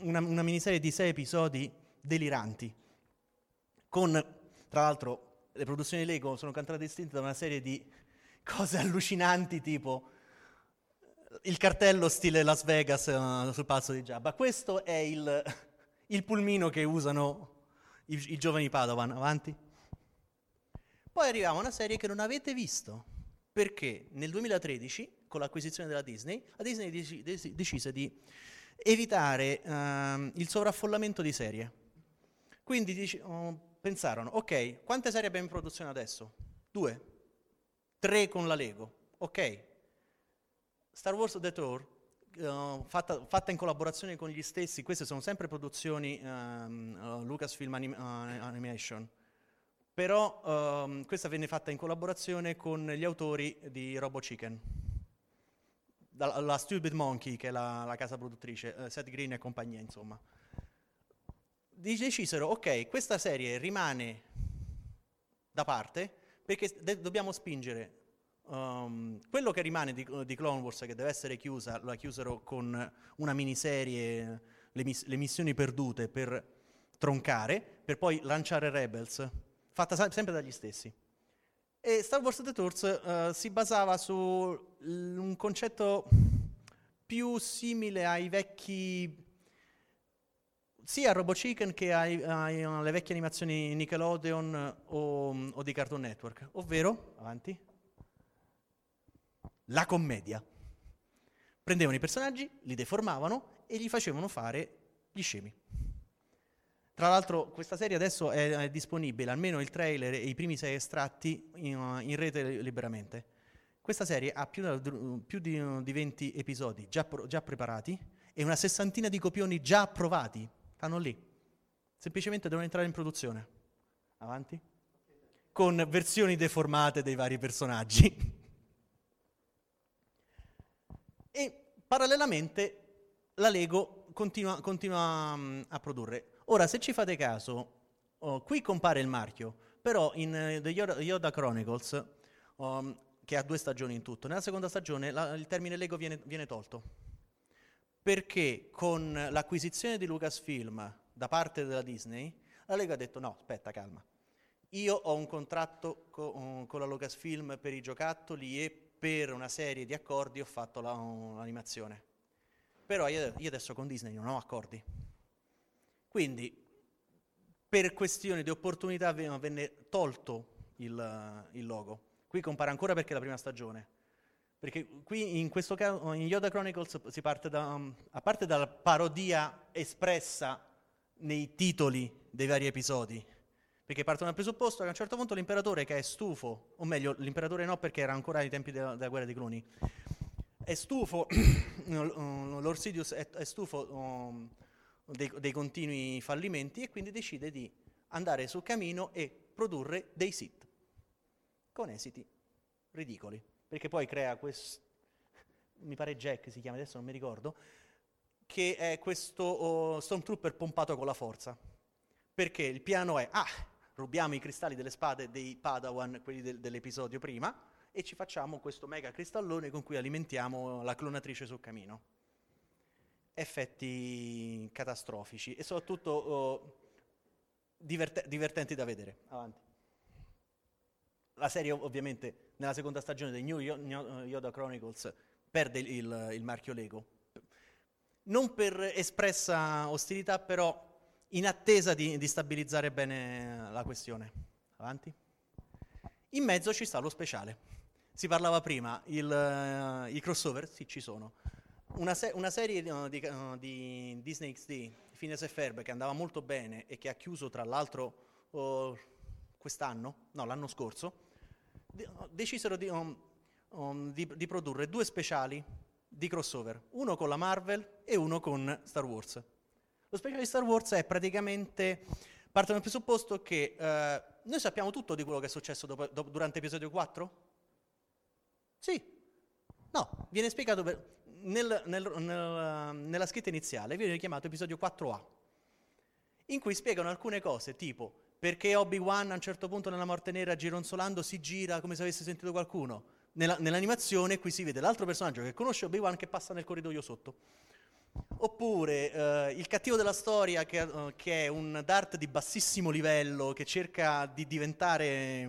una, una miniserie di sei episodi deliranti, con, tra l'altro, le produzioni Lego sono contraddistinte da una serie di cose allucinanti, tipo il cartello stile Las Vegas uh, sul palazzo di Jabba. Questo è il, il pulmino che usano i, i giovani Padawan. Avanti. Poi arriviamo a una serie che non avete visto, perché nel duemilatredici, con l'acquisizione della Disney, la Disney dec- dec- decise di evitare uh, il sovraffollamento di serie. Quindi dic- uh, pensarono, ok, quante serie abbiamo in produzione adesso? Due, tre con la Lego, ok. Star Wars The Tour, uh, fatta, fatta in collaborazione con gli stessi, queste sono sempre produzioni um, uh, Lucasfilm anim- uh, Animation, però um, questa venne fatta in collaborazione con gli autori di Robo Chicken, da, la Stupid Monkey, che è la, la casa produttrice, uh, Seth Green e compagnia, insomma. Decisero, ok, questa serie rimane da parte perché de- dobbiamo spingere um, quello che rimane di, di Clone Wars, che deve essere chiusa, la chiusero con una miniserie, le, miss- le missioni perdute, per troncare, per poi lanciare Rebels, fatta sa- sempre dagli stessi. E Star Wars The Tours uh, si basava su l- un concetto più simile ai vecchi, sia a Robo Chicken che ai, ai, alle vecchie animazioni Nickelodeon o, o di Cartoon Network, ovvero, avanti, la commedia. Prendevano i personaggi, li deformavano e gli facevano fare gli scemi. Tra l'altro questa serie adesso è, è disponibile, almeno il trailer e i primi sei estratti in, in rete liberamente. Questa serie ha più, più di, di venti episodi già, già preparati e una sessantina di copioni già approvati. Stanno lì, semplicemente devono entrare in produzione. Avanti. Con versioni deformate dei vari personaggi. E parallelamente la Lego continua, continua um, a produrre. Ora, se ci fate caso, oh, qui compare il marchio, però in uh, The Yoda, Yoda Chronicles, um, che ha due stagioni in tutto, nella seconda stagione la, il termine Lego viene, viene tolto. Perché con l'acquisizione di Lucasfilm da parte della Disney, la Lego ha detto no, aspetta, calma. Io ho un contratto co- con la Lucasfilm per i giocattoli e per una serie di accordi ho fatto la, l'animazione. Però io, io adesso con Disney non ho accordi. Quindi, per questioni di opportunità venne tolto il, il logo. Qui compare ancora perché è la prima stagione. Perché qui in questo caso, in Yoda Chronicles, si parte da, um, a parte dalla parodia espressa nei titoli dei vari episodi, perché partono dal presupposto che a un certo punto l'imperatore, che è stufo, o meglio, l'imperatore no, perché era ancora ai tempi della, della guerra dei cloni, è stufo, Lord Sidious è, è stufo um, dei, dei continui fallimenti e quindi decide di andare sul cammino e produrre dei Sith, con esiti ridicoli. Perché poi crea questo, mi pare Jack si chiama, adesso non mi ricordo, che è questo oh, Stormtrooper pompato con la forza. Perché il piano è, ah, rubiamo i cristalli delle spade dei Padawan, quelli del, dell'episodio prima, e ci facciamo questo mega cristallone con cui alimentiamo la clonatrice sul camino. Effetti catastrofici e soprattutto oh, diverte- divertenti da vedere. Avanti. La serie ovviamente nella seconda stagione dei New Yoda Chronicles perde il, il marchio Lego. Non per espressa ostilità, però in attesa di, di stabilizzare bene la questione. Avanti. In mezzo ci sta lo speciale. Si parlava prima, il, uh, i crossover, sì, ci sono. Una, se- una serie uh, di, uh, di Disney X D, Phineas e Ferb, che andava molto bene e che ha chiuso tra l'altro uh, quest'anno, no, l'anno scorso, decisero di, um, um, di, di produrre due speciali di crossover, uno con la Marvel e uno con Star Wars. Lo speciale di Star Wars è praticamente, parte dal presupposto che eh, noi sappiamo tutto di quello che è successo dopo, dopo, durante episodio quattro? Sì. No, viene spiegato per, nel, nel, nel, nella scritta iniziale, viene chiamato episodio quattro A, in cui spiegano alcune cose, tipo perché Obi-Wan a un certo punto nella Morte Nera, gironzolando, si gira come se avesse sentito qualcuno. Nella, nell'animazione qui si vede l'altro personaggio che conosce Obi-Wan che passa nel corridoio sotto. Oppure eh, il cattivo della storia che, eh, che è un Dart di bassissimo livello, che cerca di diventare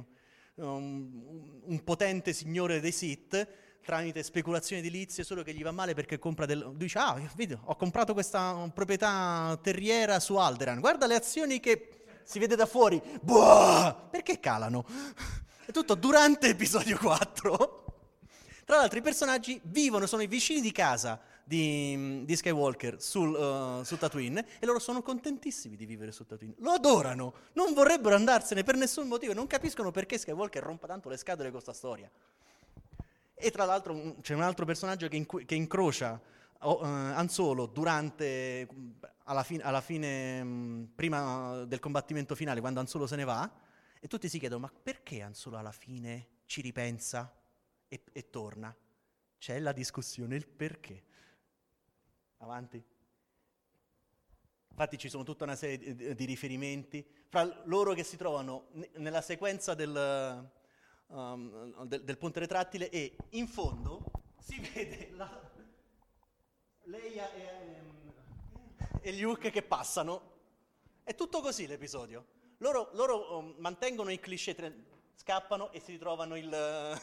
um, un potente signore dei Sith tramite speculazioni edilizie, solo che gli va male perché compra del... Lui dice, ah, vedi, ho comprato questa proprietà terriera su Alderaan, guarda le azioni che si vede da fuori, boh, perché calano? È tutto durante episodio quattro. Tra l'altro i personaggi vivono, sono i vicini di casa di, di Skywalker sul, uh, su Tatooine, e loro sono contentissimi di vivere su Tatooine. Lo adorano, non vorrebbero andarsene per nessun motivo, non capiscono perché Skywalker rompa tanto le scatole con questa storia. E tra l'altro c'è un altro personaggio che, inc- che incrocia uh, Han Solo durante, alla, fi- alla fine, mh, prima del combattimento finale, quando Han Solo se ne va, e tutti si chiedono, ma perché Han Solo alla fine ci ripensa e, e torna? C'è la discussione, il perché. Avanti. Infatti ci sono tutta una serie di, di riferimenti fra loro che si trovano n- nella sequenza del, um, del, del ponte retrattile, e in fondo si vede la, Leia e, um, e Luke che passano. È tutto così l'episodio. Loro, loro um, mantengono i cliché, tre, scappano e si ritrovano il,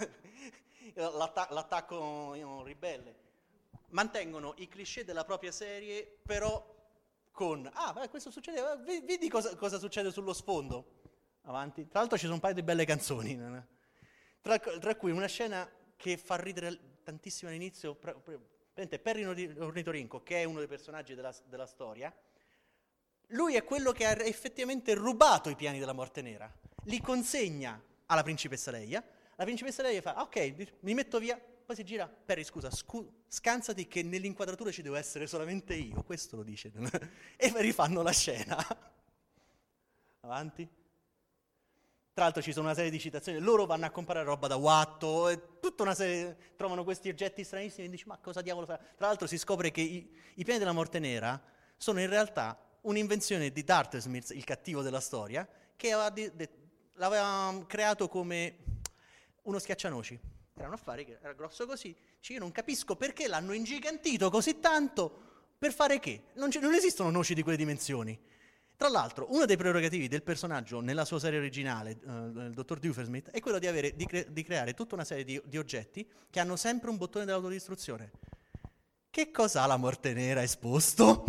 l'atta- l'attacco you know, ribelle. Mantengono i cliché della propria serie, però con, ah, beh, questo succede, eh, vedi cosa, cosa succede sullo sfondo. Avanti. Tra l'altro ci sono un paio di belle canzoni, tra, tra cui una scena che fa ridere tantissimo all'inizio, pre, pre, Perry Ornitorinco, che è uno dei personaggi della, della storia. Lui è quello che ha effettivamente rubato i piani della Morte Nera, li consegna alla principessa Leia, la principessa Leia fa, ok, mi metto via. Poi si gira, Perry, scusa, scu- scansati che nell'inquadratura ci devo essere solamente io, questo lo dice, e rifanno la scena. Avanti. Tra l'altro ci sono una serie di citazioni, loro vanno a comprare roba da Watto, e tutta una serie, trovano questi oggetti stranissimi e dici, ma cosa diavolo fa? Tra l'altro si scopre che i, i piani della Morte Nera sono in realtà un'invenzione di Darth Smith, il cattivo della storia, che aveva de- de- l'aveva creato come uno schiaccianoci. Era un affare che era grosso così, cioè io non capisco perché l'hanno ingigantito così tanto, per fare che? Non, c- non esistono noci di quelle dimensioni. Tra l'altro, uno dei prerogativi del personaggio nella sua serie originale, uh, il dottor Doofenshmirtz, è quello di, avere, di, cre- di creare tutta una serie di, di oggetti che hanno sempre un bottone dell'autodistruzione. Che cosa ha la Morte Nera esposto?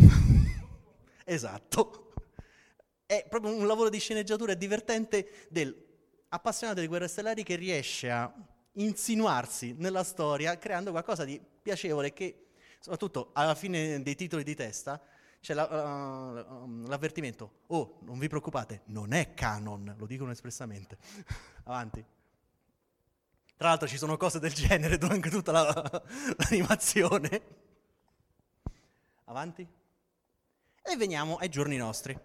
Esatto. È proprio un lavoro di sceneggiatura divertente del appassionato di Guerre Stellari che riesce a insinuarsi nella storia creando qualcosa di piacevole, che soprattutto alla fine dei titoli di testa c'è la, uh, l'avvertimento, oh, non vi preoccupate, non è canon, lo dicono espressamente. Avanti. Tra l'altro ci sono cose del genere durante tutta la, l'animazione. Avanti. E veniamo ai giorni nostri.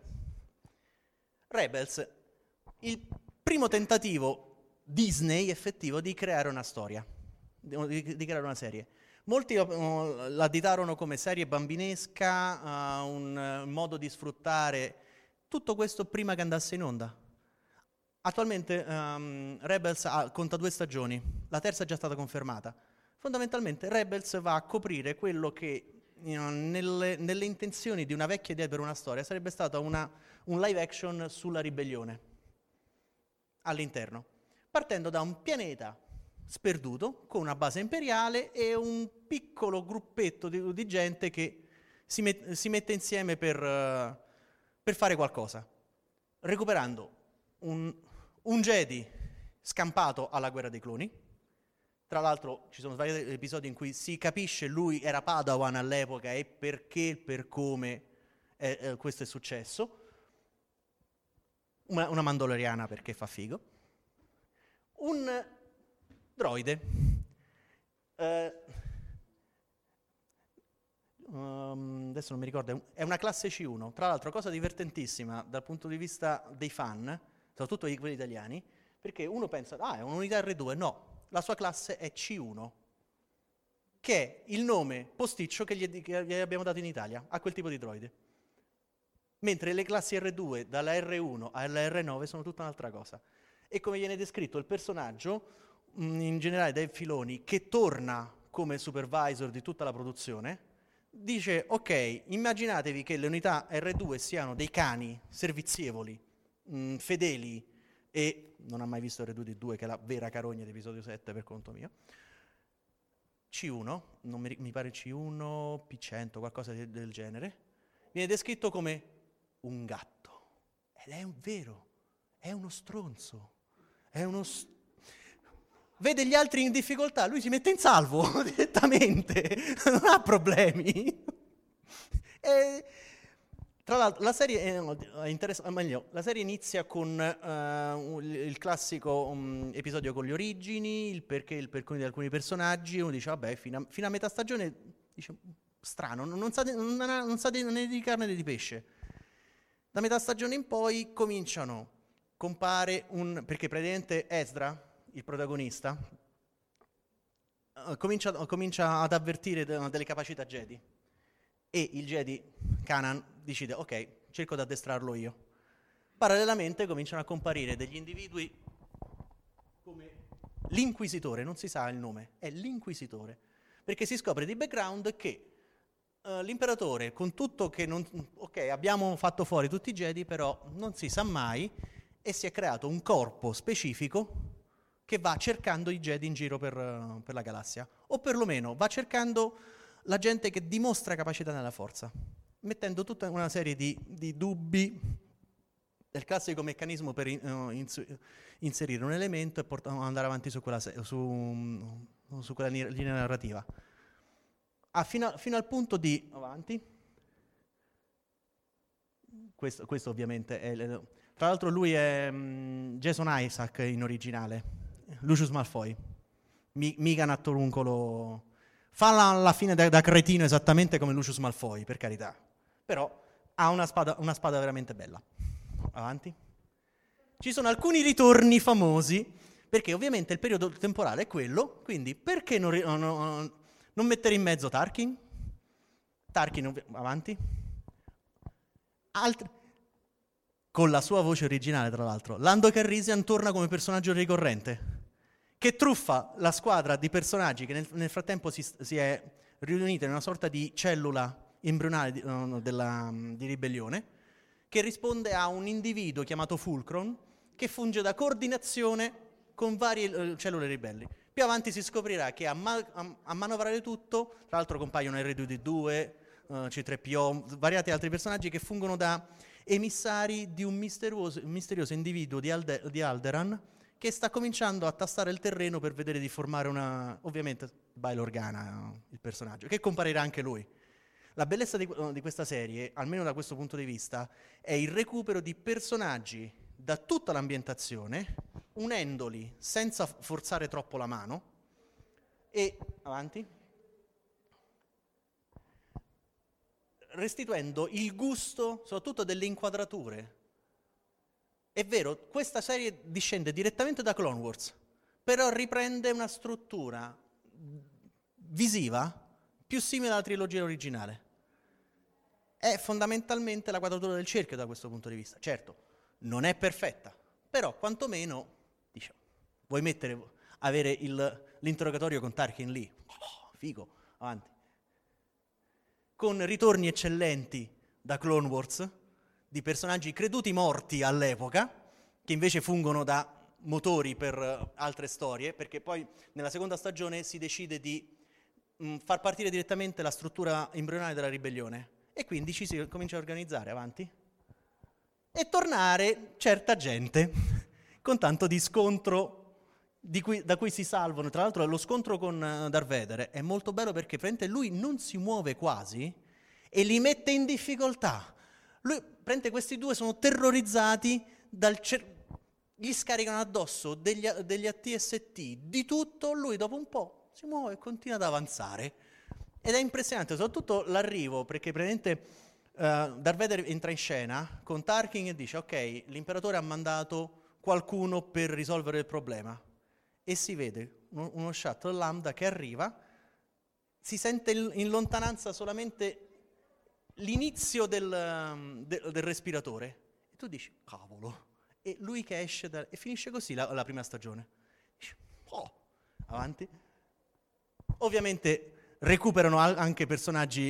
Rebels, il primo tentativo Disney effettivo di creare una storia, di, di creare una serie. Molti uh, l'additarono come serie bambinesca, uh, un uh, modo di sfruttare tutto questo prima che andasse in onda. Attualmente um, Rebels ha, conta due stagioni, la terza è già stata confermata. Fondamentalmente Rebels va a coprire quello che you know, nelle, nelle intenzioni di una vecchia idea per una storia sarebbe stata una, un live action sulla ribellione all'interno, partendo da un pianeta sperduto con una base imperiale e un piccolo gruppetto di, di gente che si, met, si mette insieme per, uh, per fare qualcosa, recuperando un, un Jedi scampato alla guerra dei cloni. Tra l'altro ci sono vari episodi in cui si capisce lui era Padawan all'epoca e perché, per come eh, eh, questo è successo. Una, una mandaloriana perché fa figo. Un droide, uh, um, adesso non mi ricordo, è una classe C uno, tra l'altro cosa divertentissima dal punto di vista dei fan, soprattutto di quelli italiani, perché uno pensa, ah, è un'unità R due, no, la sua classe è C uno, che è il nome posticcio che gli, che gli abbiamo dato in Italia a quel tipo di droide, mentre le classi R due dalla R uno alla R nove sono tutta un'altra cosa. E come viene descritto il personaggio, in generale Dave Filoni, che torna come supervisor di tutta la produzione, dice, ok, immaginatevi che le unità erre due siano dei cani servizievoli, mh, fedeli, e non ha mai visto erre due D due, che è la vera carogna di episodio sette per conto mio. C uno, non mi, mi pare C uno, P cento, qualcosa di, del genere, viene descritto come un gatto. Ed è un vero, è uno stronzo, è uno stronzo. Vede gli altri in difficoltà, lui si mette in salvo direttamente, non ha problemi. E, tra l'altro, la serie, è interess- meglio, la serie inizia con uh, il classico um, episodio con le origini, il perché, il perché di alcuni personaggi. Uno dice, vabbè, fino a, fino a metà stagione, dice, strano, non, non sa, di, non, non sa di, né di carne né di pesce. Da metà stagione in poi cominciano, compare un, perché praticamente Ezra, il protagonista, uh, comincia, uh, comincia ad avvertire de- delle capacità Jedi, e il Jedi Kanan decide, ok, cerco di addestrarlo io. Parallelamente cominciano a comparire degli individui come l'Inquisitore, non si sa il nome, è l'Inquisitore, perché si scopre di background che uh, l'imperatore, con tutto che non, ok, abbiamo fatto fuori tutti i Jedi, però non si sa mai, e si è creato un corpo specifico che va cercando i Jedi in giro per, uh, per la galassia, o perlomeno va cercando la gente che dimostra capacità nella forza, mettendo tutta una serie di, di dubbi del classico meccanismo per in, uh, ins- inserire un elemento e port- andare avanti su quella, se- su, um, su quella ni- linea narrativa. Ah, fino, a, fino al punto di... Avanti. Questo, questo ovviamente è... Tra l'altro lui è um, Jason Isaac in originale, Lucius Malfoy, Mi, mica un attoruncolo... Fa alla, alla fine da, da cretino esattamente come Lucius Malfoy, per carità, però ha una spada, una spada veramente bella. Avanti. Ci sono alcuni ritorni famosi, perché ovviamente il periodo temporale è quello, quindi perché non, non, non mettere in mezzo Tarkin? Tarkin, avanti. Altri... Con la sua voce originale, tra l'altro. Lando Calrissian torna come personaggio ricorrente, che truffa la squadra di personaggi che nel, nel frattempo si, si è riunita in una sorta di cellula embrionale di, no, della, di ribellione, che risponde a un individuo chiamato Fulcron, che funge da coordinazione con varie uh, cellule ribelli. Più avanti si scoprirà che a, ma- a, a manovrare tutto, tra l'altro compaiono erre due D due, uh, C tre P O, svariati altri personaggi che fungono da emissari di un misterioso, un misterioso individuo di, Alde- di Alderaan, che sta cominciando a tastare il terreno per vedere di formare una... Ovviamente Bail Organa, il personaggio, che comparirà anche lui. La bellezza di, di questa serie, almeno da questo punto di vista, è il recupero di personaggi da tutta l'ambientazione, unendoli senza forzare troppo la mano, e... Avanti. Restituendo il gusto, soprattutto delle inquadrature. È vero, questa serie discende direttamente da Clone Wars, però riprende una struttura visiva più simile alla trilogia originale. È fondamentalmente la quadratura del cerchio da questo punto di vista. Certo, non è perfetta, però quantomeno, diciamo, vuoi mettere, avere il, l'interrogatorio con Tarkin lì? Oh, figo, avanti. Con ritorni eccellenti da Clone Wars, di personaggi creduti morti all'epoca, che invece fungono da motori per uh, altre storie, perché poi nella seconda stagione si decide di mh, far partire direttamente la struttura embrionale della ribellione, e quindi ci si comincia a organizzare, avanti, e tornare certa gente, con tanto di scontro di cui, da cui si salvano. Tra l'altro lo scontro con uh, Darth Vader è molto bello, perché praticamente lui non si muove quasi e li mette in difficoltà. Lui, prende questi due, sono terrorizzati, dal cer- gli scaricano addosso degli, degli A T S T, di tutto, lui dopo un po' si muove e continua ad avanzare. Ed è impressionante, soprattutto l'arrivo, perché praticamente uh, Darth Vader entra in scena con Tarkin e dice, ok, l'imperatore ha mandato qualcuno per risolvere il problema. E si vede uno, uno shuttle Lambda che arriva, si sente in lontananza solamente l'inizio del, del, del respiratore, e tu dici, cavolo, e lui che esce da... e finisce così la, la prima stagione. Dici, oh, avanti. Ovviamente recuperano al, anche personaggi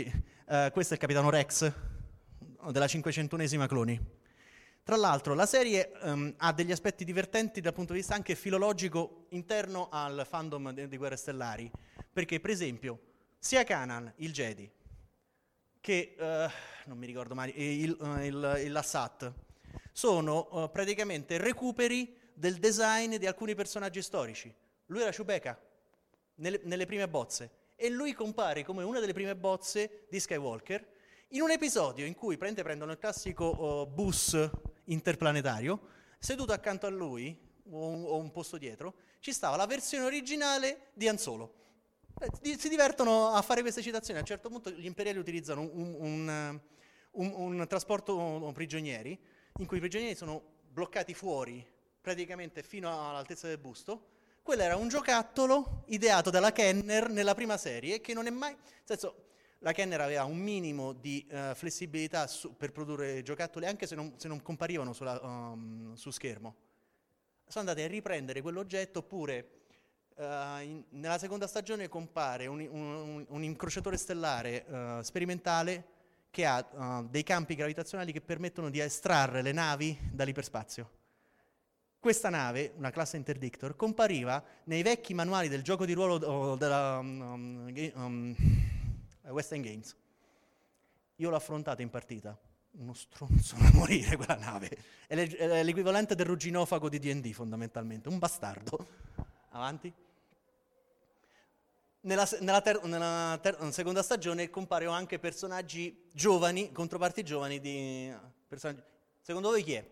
Uh, questo è il Capitano Rex della cinquecentunesima Cloni. Tra l'altro la serie um, ha degli aspetti divertenti dal punto di vista anche filologico interno al fandom di, di Guerre Stellari, perché per esempio sia Kanan, il Jedi, che uh, non mi ricordo mai, il, uh, il, il Lassat, sono uh, praticamente recuperi del design di alcuni personaggi storici. Lui era Chewbacca nelle, nelle prime bozze, e lui compare come una delle prime bozze di Skywalker in un episodio in cui prende, prendono il classico uh, bus interplanetario, seduto accanto a lui, o un, o un posto dietro, ci stava la versione originale di Han Solo. Eh, si divertono a fare queste citazioni. A un certo punto gli imperiali utilizzano un, un, un, un trasporto prigionieri, in cui i prigionieri sono bloccati fuori, praticamente fino all'altezza del busto. Quello era un giocattolo ideato dalla Kenner nella prima serie, che non è mai... Nel senso, la Kenner aveva un minimo di uh, flessibilità su, per produrre giocattoli, anche se non, se non comparivano sulla, um, su schermo. Sono andati a riprendere quell'oggetto, oppure uh, in, nella seconda stagione compare un, un, un incrociatore stellare uh, sperimentale che ha uh, dei campi gravitazionali che permettono di estrarre le navi dall'iperspazio. Questa nave, una classe Interdictor, compariva nei vecchi manuali del gioco di ruolo della um, um, Western Games. Io l'ho affrontata in partita, uno stronzo da morire quella nave, è, le, è l'equivalente del rugginofago di D and D fondamentalmente, un bastardo. Avanti. Nella, nella, ter, nella ter, seconda stagione compaiono anche personaggi giovani, controparti giovani di personaggi. Secondo voi chi è?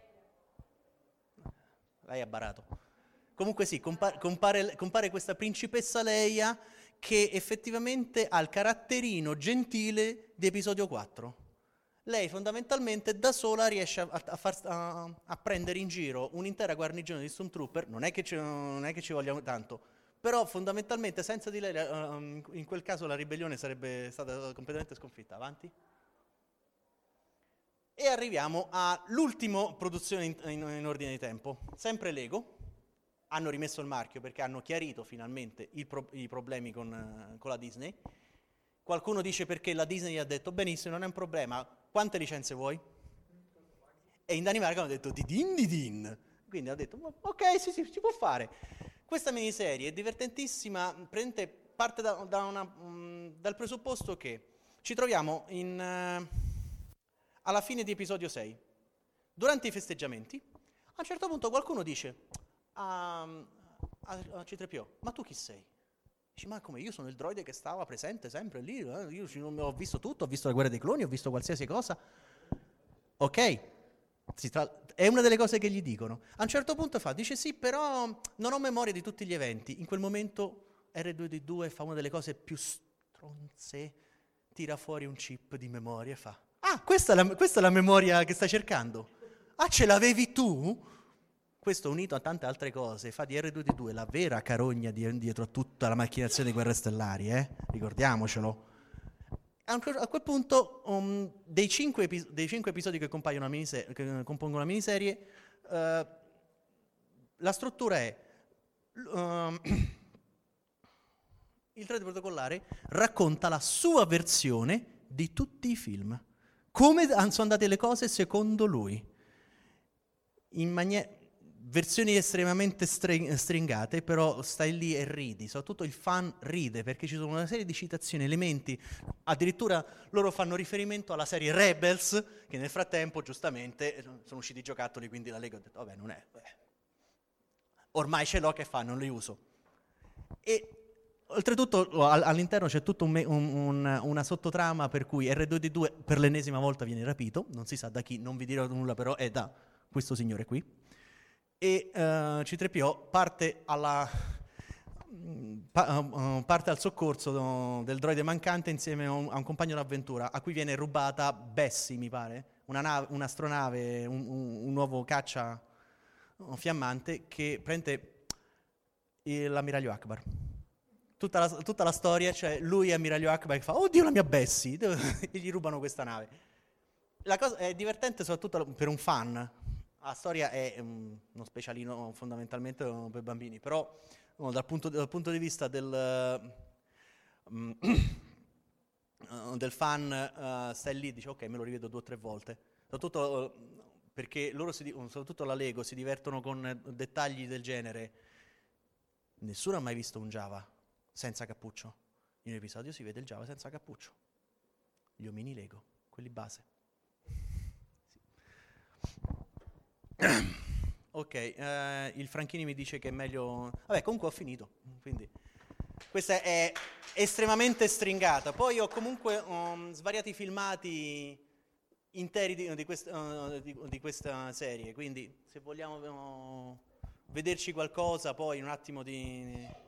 Lei è barato. Comunque sì, compare, compare, compare questa principessa Leia che effettivamente ha il caratterino gentile di episodio quattro. Lei fondamentalmente da sola riesce a, a, far, a, a prendere in giro un'intera guarnigione di Stormtrooper, non è che ci, non è che ci vogliamo tanto, però fondamentalmente senza di lei uh, in quel caso la ribellione sarebbe stata completamente sconfitta. Avanti. E arriviamo all'ultima produzione in, in, in ordine di tempo, sempre Lego. Hanno rimesso il marchio perché hanno chiarito finalmente il pro, i problemi con, uh, con la Disney. Qualcuno dice perché la Disney ha detto benissimo, non è un problema, quante licenze vuoi? E in Danimarca hanno detto di din di din. Quindi hanno detto ok, sì, sì, si può fare. Questa miniserie è divertentissima, parte da, da una, um, dal presupposto che ci troviamo in... Uh, alla fine di episodio sei, durante i festeggiamenti, a un certo punto qualcuno dice a, a, a C tre P O, ma tu chi sei? Dice, ma come, io sono il droide che stava presente sempre lì, eh? Io ho visto tutto, ho visto la guerra dei cloni, ho visto qualsiasi cosa. Ok, si tra- è una delle cose che gli dicono. A un certo punto fa, dice sì, però non ho memoria di tutti gli eventi. In quel momento R due D due fa una delle cose più stronze, tira fuori un chip di memoria e fa, ah, questa è, la, questa è la memoria che stai cercando? Ah, ce l'avevi tu? Questo unito a tante altre cose fa di R due D due la vera carogna di, dietro a tutta la macchinazione di Guerre Stellari, eh? Ricordiamocelo. A, un, a quel punto, um, dei, cinque epi, dei cinque episodi che, compaiono una miniserie, che compongono la miniserie, uh, la struttura è... Uh, il droide protocollare racconta la sua versione di tutti i film. Come sono andate le cose secondo lui, in maniera versioni estremamente string- stringate, però stai lì e ridi, soprattutto il fan ride perché ci sono una serie di citazioni, elementi, addirittura loro fanno riferimento alla serie Rebels, che nel frattempo giustamente sono usciti i giocattoli, quindi la Lega ha detto vabbè non è, beh. Ormai ce l'ho, che fa, non li uso. E oltretutto all'interno c'è tutta un me- un, un, una sottotrama per cui R due D due per l'ennesima volta viene rapito, non si sa da chi, non vi dirò nulla, però è da questo signore qui, e uh, C tre P O parte, alla, pa- uh, parte al soccorso do, del droide mancante insieme a un, a un compagno d'avventura a cui viene rubata Bessie, mi pare, una nave, un'astronave, un, un, un nuovo caccia fiammante che prende l'ammiraglio Akbar. Tutta la, tutta la storia, cioè lui e ammiraglio Akbar che fa oddio la mia Bessie, e gli rubano questa nave. La cosa è divertente soprattutto per un fan. La storia è um, uno specialino fondamentalmente per bambini, però no, dal, punto, dal punto di vista del, um, uh, del fan uh, stai lì e dici ok, me lo rivedo due o tre volte. Soprattutto uh, perché loro, si, soprattutto la Lego, si divertono con dettagli del genere. Nessuno ha mai visto un Java senza cappuccio. In un episodio si vede il Java senza cappuccio. Gli omini Lego, quelli base. Sì. Ok, eh, il Franchini mi dice che è meglio... Vabbè, comunque ho finito, quindi... Questa è estremamente stringata. Poi ho comunque um, svariati filmati interi di, di, quest, uh, di, di questa serie, quindi se vogliamo uh, vederci qualcosa, poi un attimo di...